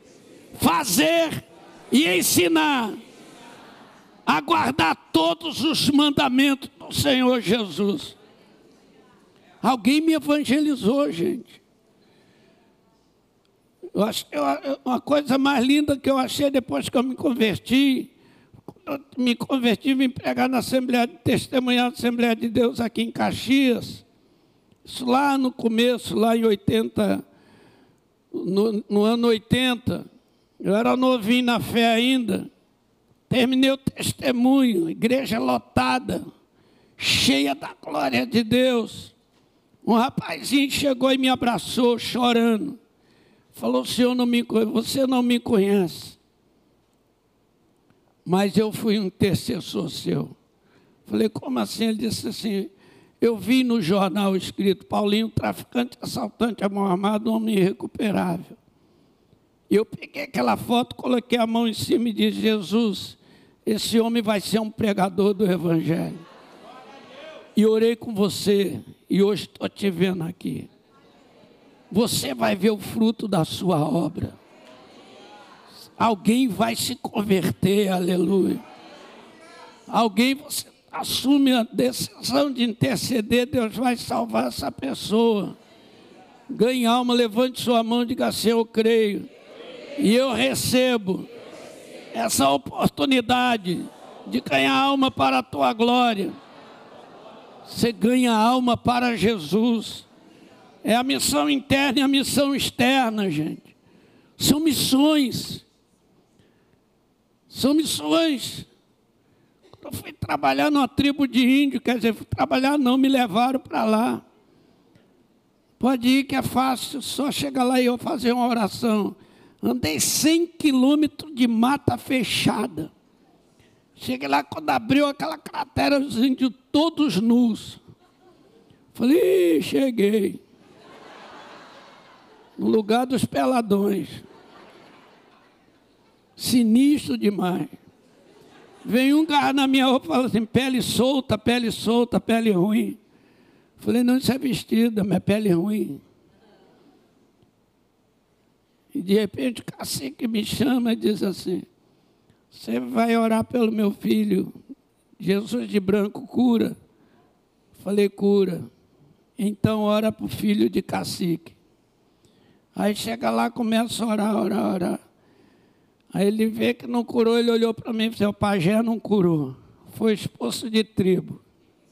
fazer e ensinar. A guardar todos os mandamentos do Senhor Jesus. Alguém me evangelizou, gente. Eu achei, uma coisa mais linda que eu achei depois que eu me converti, eu me converti, vim pregar na Assembleia, testemunhar na Assembleia de Deus aqui em Caxias. Isso lá no começo, lá em oitenta, no, no ano oitenta, eu era novinho na fé ainda. Terminei o testemunho, igreja lotada, cheia da glória de Deus. Um rapazinho chegou e me abraçou, chorando. Falou, Senhor, não me, você não me conhece, mas eu fui um intercessor seu. Falei, como assim? Ele disse assim, eu vi no jornal escrito, Paulinho, traficante, assaltante, a mão armada, um homem irrecuperável. Eu peguei aquela foto, coloquei a mão em cima e disse, Jesus, esse homem vai ser um pregador do Evangelho. E orei com você, e hoje estou te vendo aqui. Você vai ver o fruto da sua obra. Alguém vai se converter, aleluia. Alguém, você assume a decisão de interceder, Deus vai salvar essa pessoa. Ganhe alma, levante sua mão e diga assim, eu creio. E eu recebo essa oportunidade de ganhar alma para a tua glória. Você ganha alma para Jesus. É a missão interna e a missão externa, gente. São missões. São missões. Eu fui trabalhar numa tribo de índio, quer dizer, fui trabalhar não, me levaram para lá. Pode ir que é fácil, só chega lá e eu fazer uma oração. Andei cem quilômetros de mata fechada. Cheguei lá, quando abriu aquela cratera, os índios todos nus. Falei, ih, cheguei. No lugar dos peladões. Sinistro demais. Vem um cara na minha roupa e fala assim, pele solta, pele solta, pele ruim. Falei, não, isso é vestido, mas é pele ruim. E de repente o cacique me chama e diz assim, você vai orar pelo meu filho, Jesus de branco cura? Falei, cura. Então ora para o filho de cacique. Aí chega lá, começa a orar, orar, orar. Aí ele vê que não curou, ele olhou para mim e disse, o pajé não curou, foi expulso de tribo.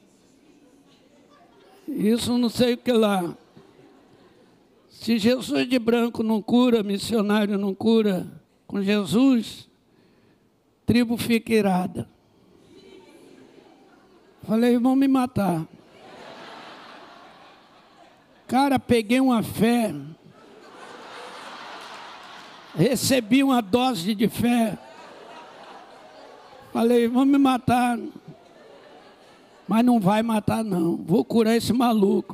Isso não sei o que lá. Se Jesus de branco não cura, missionário não cura, com Jesus, tribo fica irada. Falei, vão me matar. Cara, peguei uma fé, recebi uma dose de fé. Falei, vão me matar. Mas não vai matar não, vou curar esse maluco.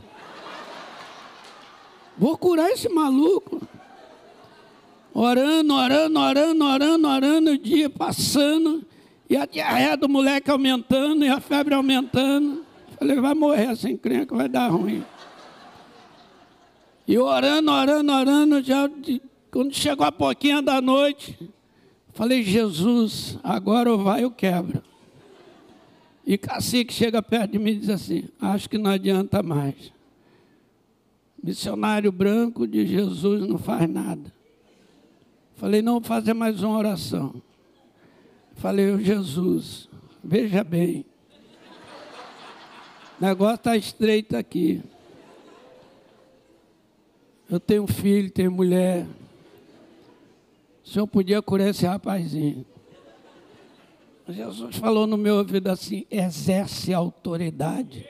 Vou curar esse maluco. Orando, orando, orando, orando, orando, o dia passando, e a diarreia do moleque aumentando, e a febre aumentando. Falei, vai morrer essa encrenca, vai dar ruim. E orando, orando, orando, já, quando chegou a pouquinho da noite, falei, Jesus, agora ou vai ou quebra. E cacique chega perto de mim e diz assim, acho que não adianta mais. Missionário branco de Jesus não faz nada. Falei, não, vou fazer mais uma oração. Falei, oh, Jesus, veja bem, o negócio está estreito aqui. Eu tenho um filho, tenho mulher. O senhor podia curar esse rapazinho. Jesus falou no meu ouvido assim, exerce a autoridade.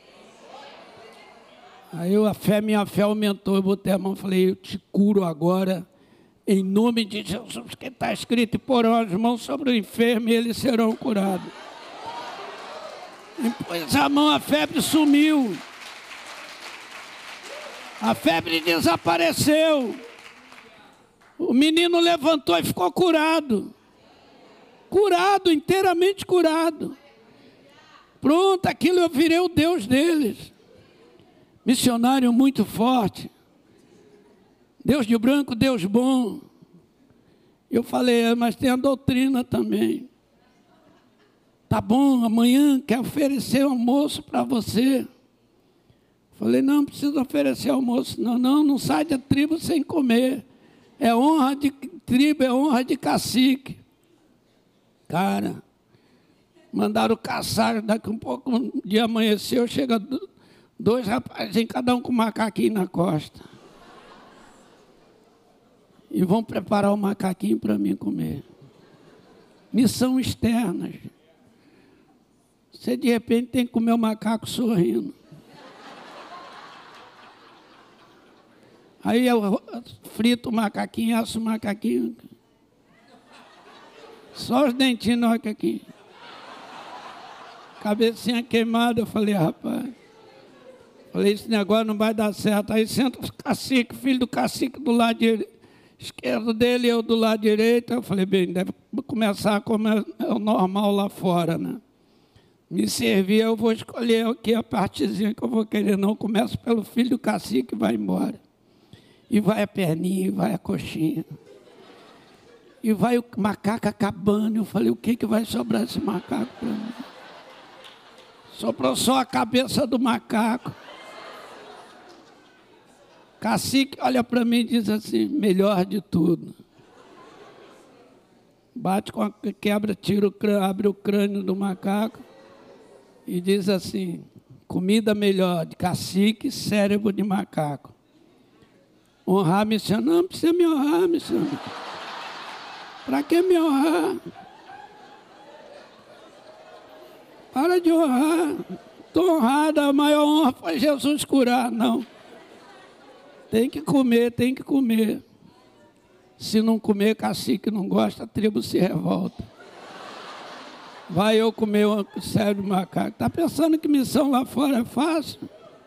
Aí eu, a fé, minha fé aumentou, eu botei a mão e falei, eu te curo agora, em nome de Jesus, que está escrito, e porão as mãos sobre o enfermo e eles serão curados. E pôs a mão, a febre sumiu. A febre desapareceu. O menino levantou e ficou curado. Curado, inteiramente curado. Pronto, aquilo eu virei o Deus deles. Missionário muito forte. Deus de branco, Deus bom. Eu falei, é, mas tem a doutrina também. Tá bom, amanhã quer oferecer almoço para você. Falei, não, não precisa oferecer almoço. Não, não, não sai da tribo sem comer. É honra de tribo, é honra de cacique. Cara, mandaram caçar, daqui um pouco, um dia amanheceu, chega dois rapazes, cada um com um macaquinho na costa. E vão preparar o macaquinho para mim comer. Missão externa. Você de repente tem que comer o macaco sorrindo. Aí eu frito o macaquinho, asso o macaquinho. Só os dentinhos aqui. Cabecinha queimada, eu falei, rapaz. Falei, esse negócio não vai dar certo. Aí senta o cacique, filho do cacique do lado direito, esquerdo dele, eu do lado direito. Eu falei, bem, deve começar como é o normal lá fora, né? Me servir, eu vou escolher aqui a partezinha que eu vou querer. Não, começo pelo filho do cacique e vai embora. E vai a perninha, e vai a coxinha. E vai o macaco acabando. Eu falei, o que, que vai sobrar esse macaco para mim? Sobrou só a cabeça do macaco. Cacique olha para mim e diz assim, melhor de tudo. Bate com a quebra, tira o crânio, abre o crânio do macaco e diz assim, comida melhor de cacique, cérebro de macaco. Honrar missionário, não precisa me honrar, missionário. Para que me honrar? Para de honrar. Estou honrada, a maior honra foi Jesus curar. Não. Tem que comer, tem que comer. Se não comer, cacique não gosta, a tribo se revolta. Vai eu comer o cérebro de macaco. Está pensando que missão lá fora é fácil?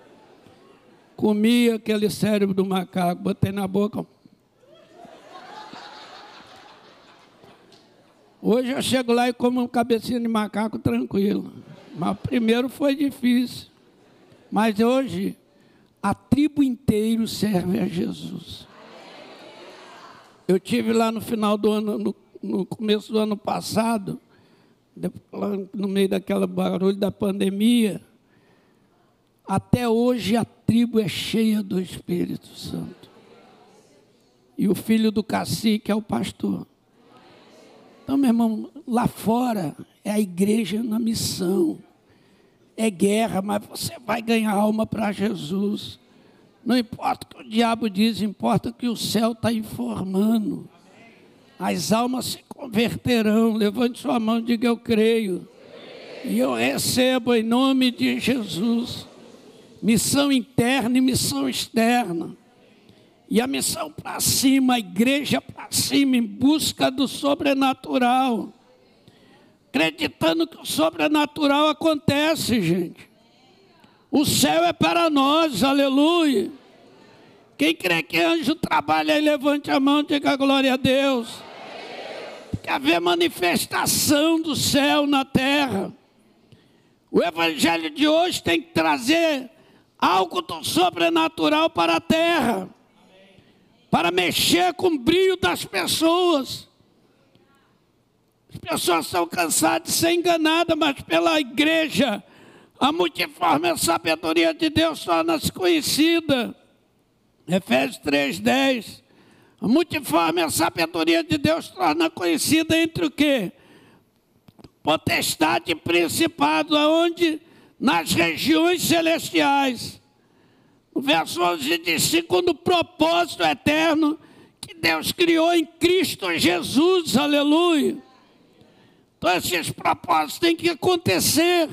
Comi aquele cérebro do macaco, botei na boca. Hoje eu chego lá e como um cabecinha de macaco tranquilo. Mas primeiro foi difícil. Mas hoje, a tribo inteira serve a Jesus. Eu tive lá no final do ano, no, no começo do ano passado, no meio daquela barulho da pandemia. Até hoje a tribo é cheia do Espírito Santo. E o filho do cacique é o pastor. Então, meu irmão, lá fora é a igreja na missão. É guerra, mas você vai ganhar alma para Jesus. Não importa o que o diabo diz, importa que o céu está informando. As almas se converterão. Levante sua mão e diga: eu creio. E eu recebo em nome de Jesus. Missão interna e missão externa. E a missão para cima, a igreja para cima, em busca do sobrenatural. Acreditando que o sobrenatural acontece, gente. O céu é para nós, aleluia. Quem crê que anjo trabalha aí, levante a mão e diga glória a Deus. Tem que haver manifestação do céu na terra. O evangelho de hoje tem que trazer algo do sobrenatural para a terra. Para mexer com o brilho das pessoas. As pessoas estão cansadas de ser enganadas, mas pela igreja, a multiforme sabedoria de Deus torna-se conhecida. Efésios três, dez. A multiforme sabedoria de Deus torna conhecida entre o quê? Potestade e principado, aonde? Nas regiões celestiais. O verso onze diz: segundo o propósito eterno que Deus criou em Cristo Jesus, aleluia. Então esses propósitos têm que acontecer.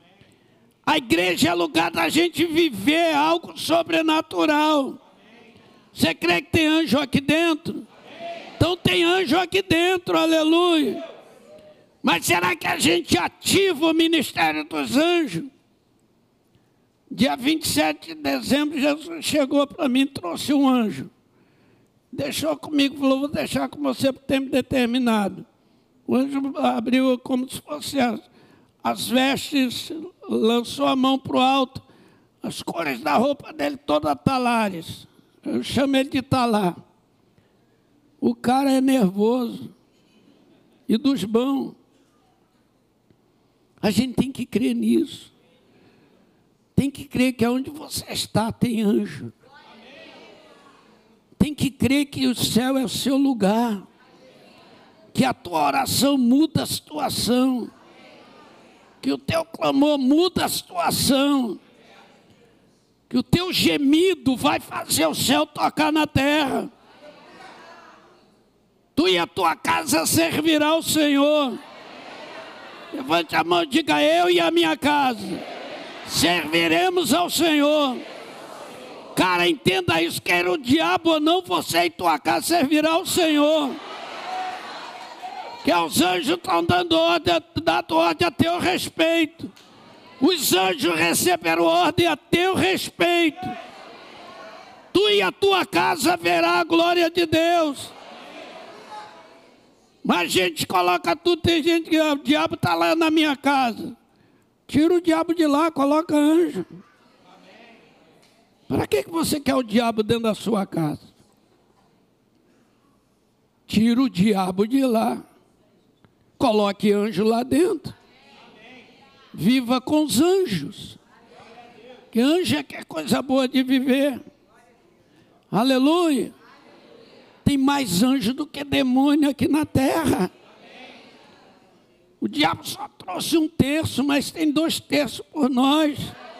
A igreja é lugar da gente viver algo sobrenatural. Você crê que tem anjo aqui dentro? Então tem anjo aqui dentro, aleluia. Mas será que a gente ativa o ministério dos anjos? Dia vinte e sete de dezembro, Jesus chegou para mim e trouxe um anjo. Deixou comigo, falou: vou deixar com você por tempo determinado. O anjo abriu como se fosse as, as vestes, lançou a mão para o alto, as cores da roupa dele todas talares. Eu chamo ele de talar. O cara é nervoso. E dos bons. A gente tem que crer nisso. Tem que crer que onde você está tem anjo. Tem que crer que o céu é o seu lugar. Que a tua oração muda a situação. Que o teu clamor muda a situação. Que o teu gemido vai fazer o céu tocar na terra. Tu e a tua casa servirá ao Senhor. Levante a mão e diga: eu e a minha casa serviremos ao Senhor. Cara, entenda isso, quer o diabo ou não, você e tua casa servirá ao Senhor. Que os anjos estão dando ordem, dando ordem a teu respeito. Os anjos receberam ordem a teu respeito. Tu e a tua casa verá a glória de Deus. Mas gente coloca tudo, tem gente que o diabo está lá na minha casa. Tira o diabo de lá, coloca anjo. Para que você quer o diabo dentro da sua casa? Tira o diabo de lá. Coloque anjo lá dentro. Viva com os anjos. Que anjo é que é coisa boa de viver. Aleluia. Tem mais anjo do que demônio aqui na terra. O diabo só trouxe um terço, mas tem dois terços por nós.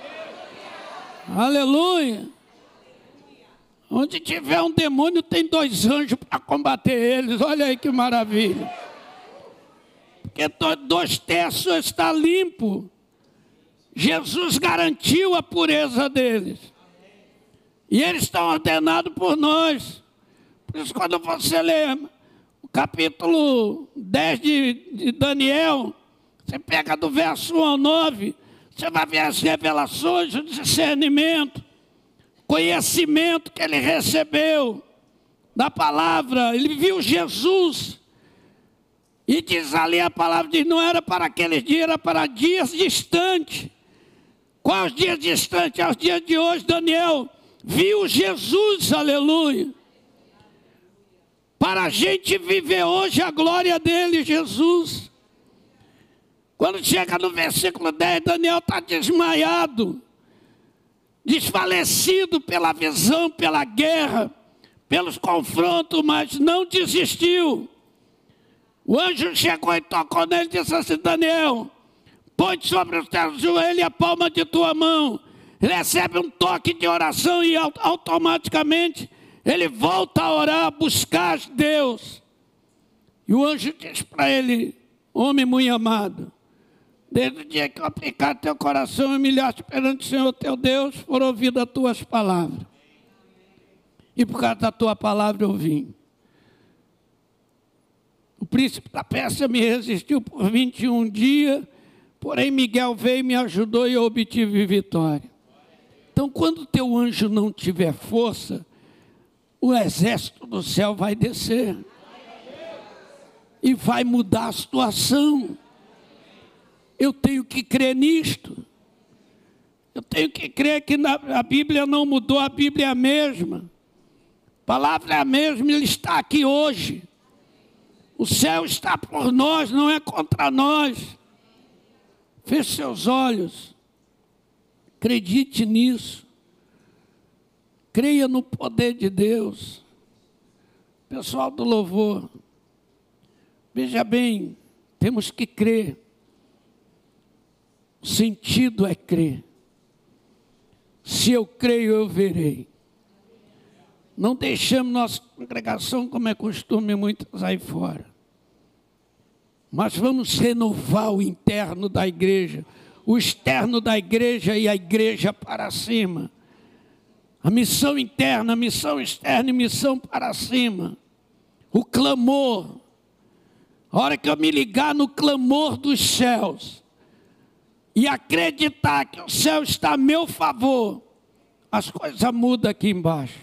Aleluia. Onde tiver um demônio, tem dois anjos para combater eles. Olha aí que maravilha. Porque dois terços está limpo. Jesus garantiu a pureza deles. E eles estão ordenados por nós. Por isso, quando você lê o capítulo dez de, de Daniel, você pega do verso um ao nove, você vai ver as revelações, o discernimento, conhecimento que ele recebeu da palavra. Ele viu Jesus. E diz ali a palavra, diz, não era para aqueles dias, era para dias distantes. Quais dias distantes? Aos dias de hoje, Daniel viu Jesus, aleluia. Para a gente viver hoje a glória dele, Jesus. Quando chega no versículo dez, Daniel está desmaiado, desfalecido pela visão, pela guerra, pelos confrontos, mas não desistiu. O anjo chegou e tocou nele e disse assim, Daniel, põe sobre os teus joelhos a palma de tua mão. Recebe um toque de oração e automaticamente ele volta a orar, a buscar Deus. E o anjo diz para ele, homem muito amado, desde o dia que eu aplicar teu coração e humilhaste perante o Senhor teu Deus, foram ouvidas as tuas palavras. E por causa da tua palavra eu vim. O príncipe da Pérsia me resistiu por vinte e um dias, porém Miguel veio e me ajudou e eu obtive vitória. Então, quando teu anjo não tiver força, o exército do céu vai descer e vai mudar a situação. Eu tenho que crer nisto. Eu tenho que crer que na, a Bíblia não mudou, a Bíblia é a mesma. A palavra é a mesma, ele está aqui hoje. O céu está por nós, não é contra nós. Feche seus olhos. Acredite nisso. Creia no poder de Deus. Pessoal do louvor, veja bem, temos que crer. O sentido é crer. Se eu creio, eu verei. Não deixamos nossa congregação, como é costume, muitos aí fora. Mas vamos renovar o interno da igreja, o externo da igreja e a igreja para cima. A missão interna, a missão externa e missão para cima. O clamor. A hora que eu me ligar no clamor dos céus e acreditar que o céu está a meu favor, as coisas mudam aqui embaixo.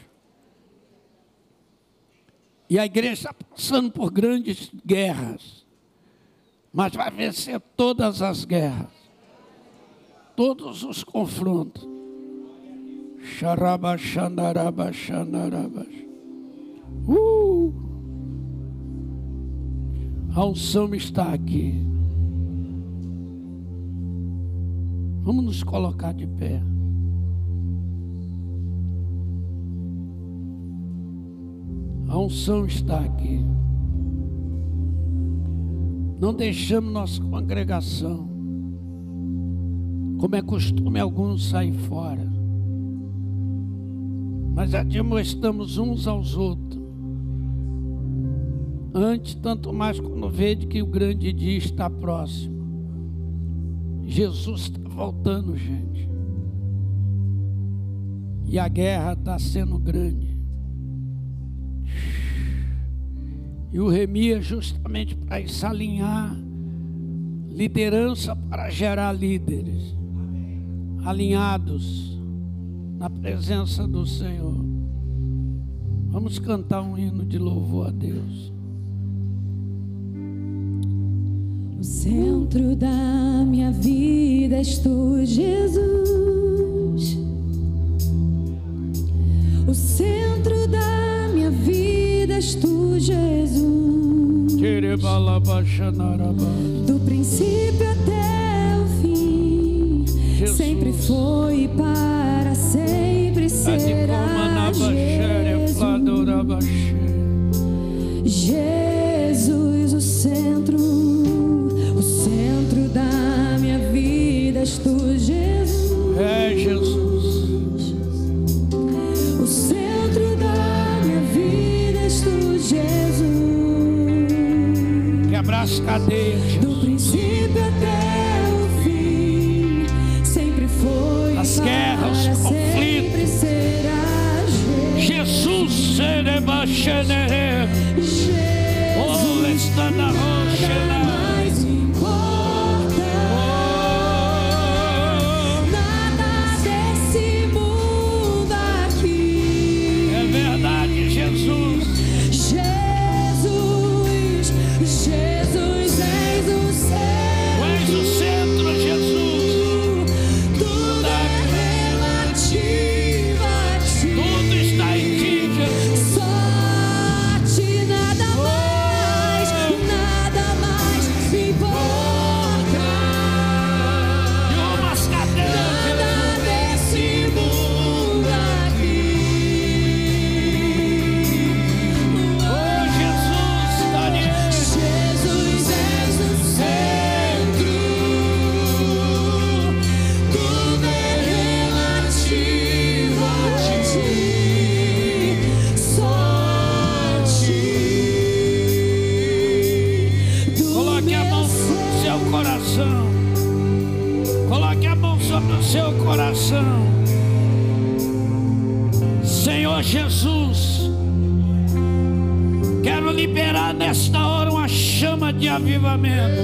E a igreja está passando por grandes guerras, mas vai vencer todas as guerras, todos os confrontos. Xaraba, xandaraba, xandaraba. Uh! A unção está aqui. Vamos nos colocar de pé. A unção está aqui. Não deixamos nossa congregação, como é costume alguns sair fora, mas admoestamos uns aos outros. Antes, tanto mais quando vede que o grande dia está próximo. Jesus está voltando, gente. E a guerra está sendo grande. E o remi é justamente para isso, alinhar liderança para gerar líderes alinhados na presença do Senhor. Vamos cantar um hino de louvor a Deus. O centro da minha vida és tu, Jesus. O centro da minha vida és tu, Jesus. Do princípio até o fim, Jesus. Sempre foi e para sempre será Jesus. Jesus, o centro, o centro da minha vida és tu, Jesus. É Jesus. O centro da minha vida és tu, Jesus. Quebrar as cadeias, Jesus. Do princípio até o fim, sempre foi as guerras, os conflitos. Será Jesus, sereba xenere. Oh, está na rocha. Mais importa. Oh, Nada desse mundo aqui. é verdade, Jesus. Jesus, Jesus. Coloque a mão sobre o seu coração. Coloque a mão sobre o seu coração. Senhor Jesus, quero liberar nesta hora uma chama de avivamento.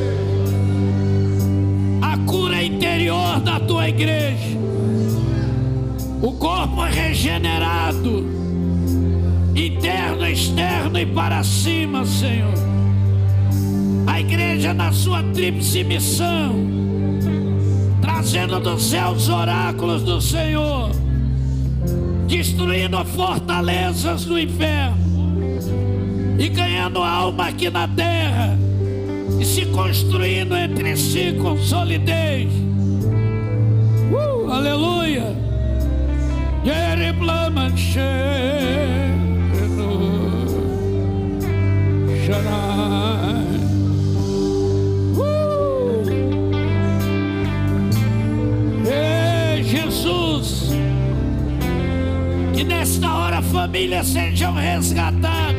A cura interior da tua igreja. O corpo regenerado, interno, externo e para cima, Senhor. A igreja na sua tríplice missão, trazendo dos céus oráculos do Senhor, destruindo fortalezas do inferno e ganhando alma aqui na terra e se construindo entre si com solidez. Uh, aleluia. Uh. Ei, Jesus, que nesta hora famílias sejam resgatadas.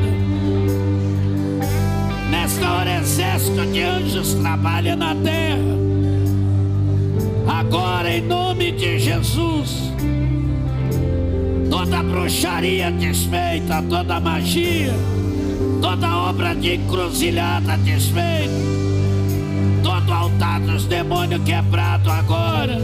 Nesta hora exército de anjos trabalha na terra. Agora, em nome de Jesus, toda bruxaria desfeita, toda magia, toda obra de encruzilhada desfeita, todo altar dos demônios quebrado agora.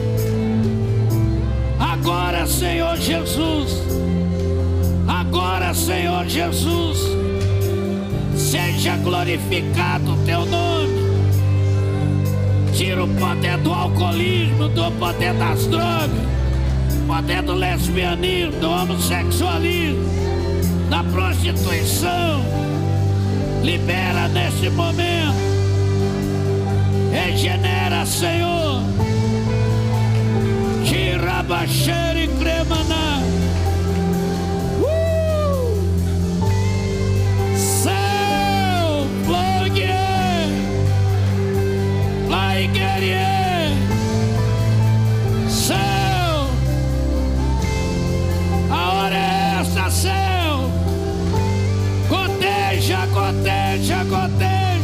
Agora, Senhor Jesus, agora, Senhor Jesus, seja glorificado o teu nome. Tira o poder do alcoolismo, do poder das drogas, poder do lesbianismo, do homossexualismo, da prostituição. Libera neste momento. Regenera, Senhor. Tira, baixeira e cremaná. Uh! Céu, blogue, lá e guerrier. Céu. Céu, goteja, goteja, goteja.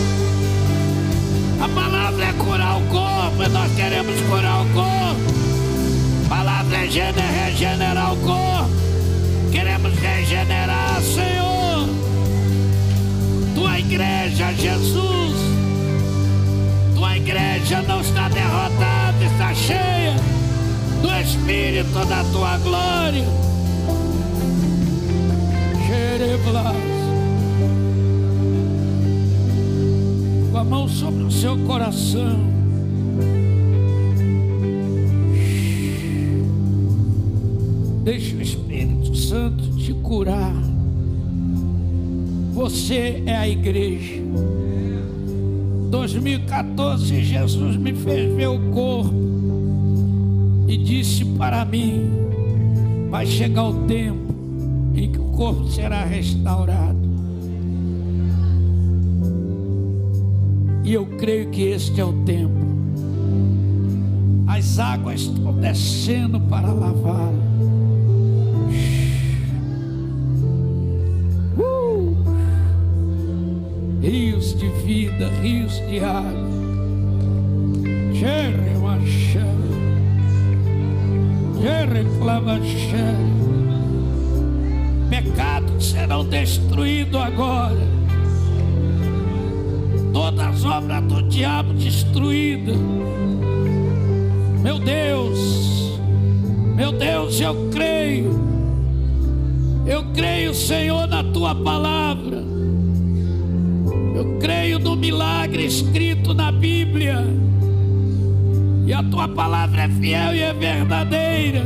A palavra é curar o corpo e nós queremos curar o corpo. A palavra é regenerar o corpo. Queremos regenerar, Senhor, tua igreja, Jesus. Tua igreja não está derrotada, está cheia do Espírito da tua glória. Com a mão sobre o seu coração, deixa o Espírito Santo te curar. Você é a igreja. dois mil e quatorze, Jesus me fez ver o corpo e disse para mim: vai chegar o tempo em que o corpo será restaurado. E eu creio que este é o tempo. As águas estão descendo para lavá-lo. Uh! Rios de vida, rios de água. Pecados serão destruídos agora. Todas as obras do diabo destruídas. Meu Deus, meu Deus, eu creio. Eu creio, Senhor, na tua palavra. Eu creio no milagre escrito na Bíblia. E a tua palavra é fiel e é verdadeira.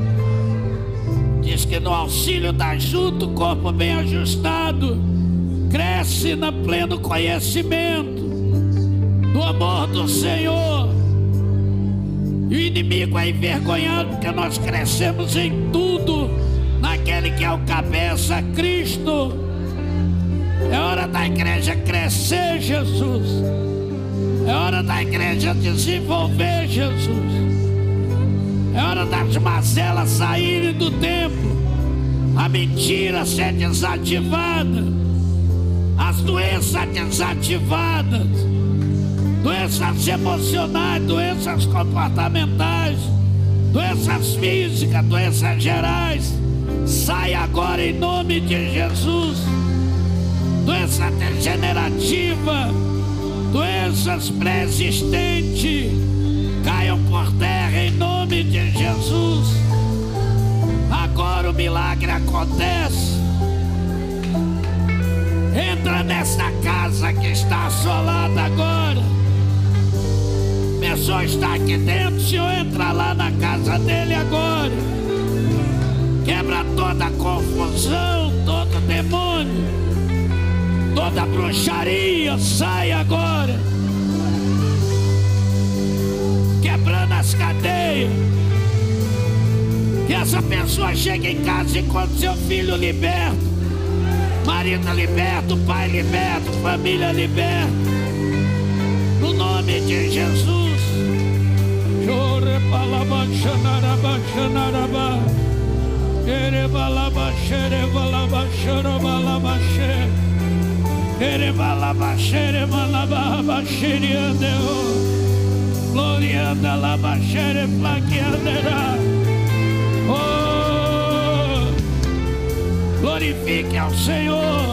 Diz que no auxílio da ajuda, o corpo bem ajustado cresce no pleno conhecimento do amor do Senhor. E o inimigo é envergonhado porque nós crescemos em tudo naquele que é o cabeça, Cristo. É hora da igreja crescer, Jesus. É hora da igreja desenvolver, Jesus. É hora das mazelas saírem do templo, a mentira ser desativada. as doenças desativadas, doenças emocionais, doenças comportamentais, doenças físicas, doenças gerais, sai agora em nome de Jesus. Doença degenerativa, doenças pré-existentes, caiam por terra em nome de Jesus. Agora o milagre acontece. Entra nessa casa que está assolada agora. A pessoa está aqui dentro, o Senhor entra lá na casa dele agora. Quebra toda confusão, todo demônio, toda bruxaria, sai agora. Quebrando as cadeias. Que essa pessoa chegue em casa e encontre seu filho liberto, marido liberto, pai liberto, família liberta, no nome de Jesus. Chore balaba xanaraba xanaraba, ere balaba xere balaba xoro balaba xere, ere balaba xere balaba xere andeo, glorianda laba xere plaqueandera. Oh, glorifique ao Senhor.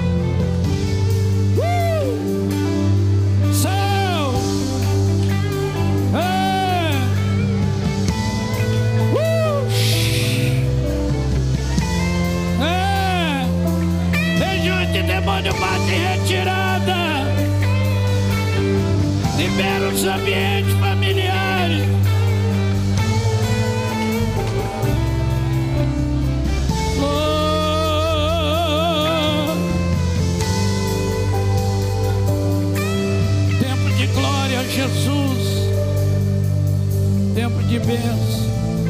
Uh! Céu! É! Uh! É! Legião de demônio bate em retirada. Libera os ambientes familiares. Jesus, tempo de bênção.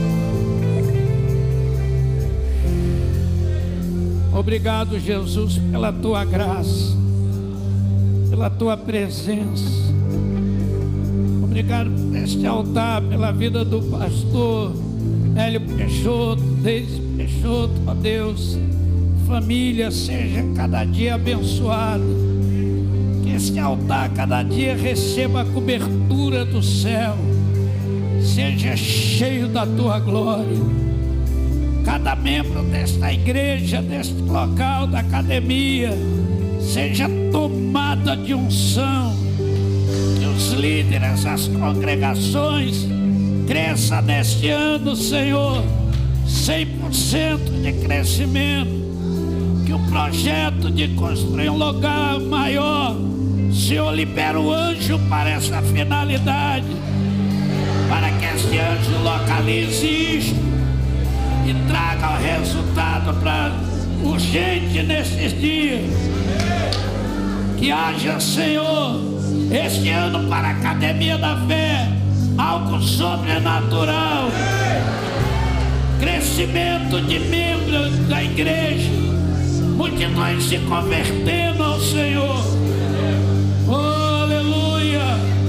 Obrigado, Jesus, pela tua graça, pela tua presença. Obrigado por este altar, pela vida do pastor Hélio Peixoto, Deise Peixoto, ó Deus. Família seja cada dia abençoada. Que este altar cada dia receba a cobertura do céu, seja cheio da tua glória. Cada membro desta igreja, deste local, da academia, seja tomada de unção. Que os líderes, as congregações, cresça neste ano, Senhor, cem por cento de crescimento. Que o projeto de construir um lugar maior, Senhor, libera o anjo para essa finalidade, para que este anjo localize isto e traga o resultado para urgente nesses dias. Que haja, Senhor, este ano para a Academia da Fé, algo sobrenatural, crescimento de membros da igreja, multidões se convertendo ao Senhor. Oh, aleluia!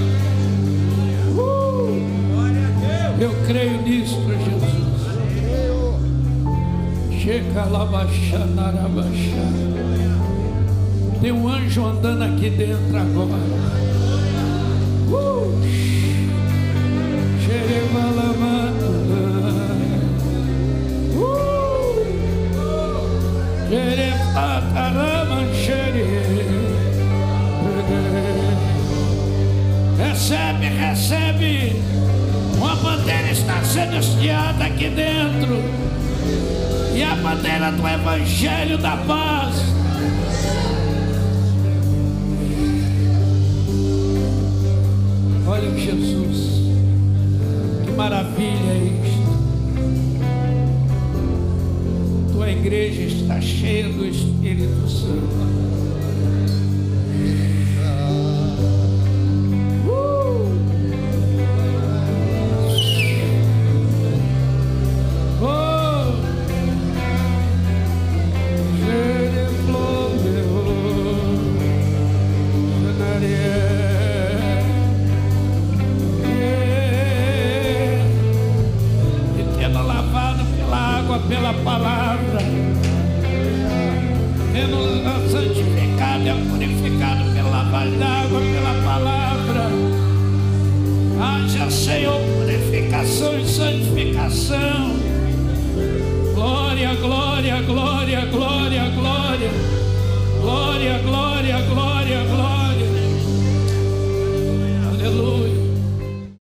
Uh! Eu creio nisso, Jesus. Chega lá, baixa, narabaixa. Tem um anjo andando aqui dentro agora. Uh! Xerevalamata. Uh! Xerevatarama, xere. Recebe, recebe. Uma bandeira está sendo estiada aqui dentro. E a bandeira do Evangelho da Paz. Olha, Jesus, que maravilha é isto. Tua igreja está cheia do Espírito Santo. é santificado, é purificado pela lavagem d'água, pela palavra. Haja, Senhor, purificação e santificação. Glória, glória, glória, glória.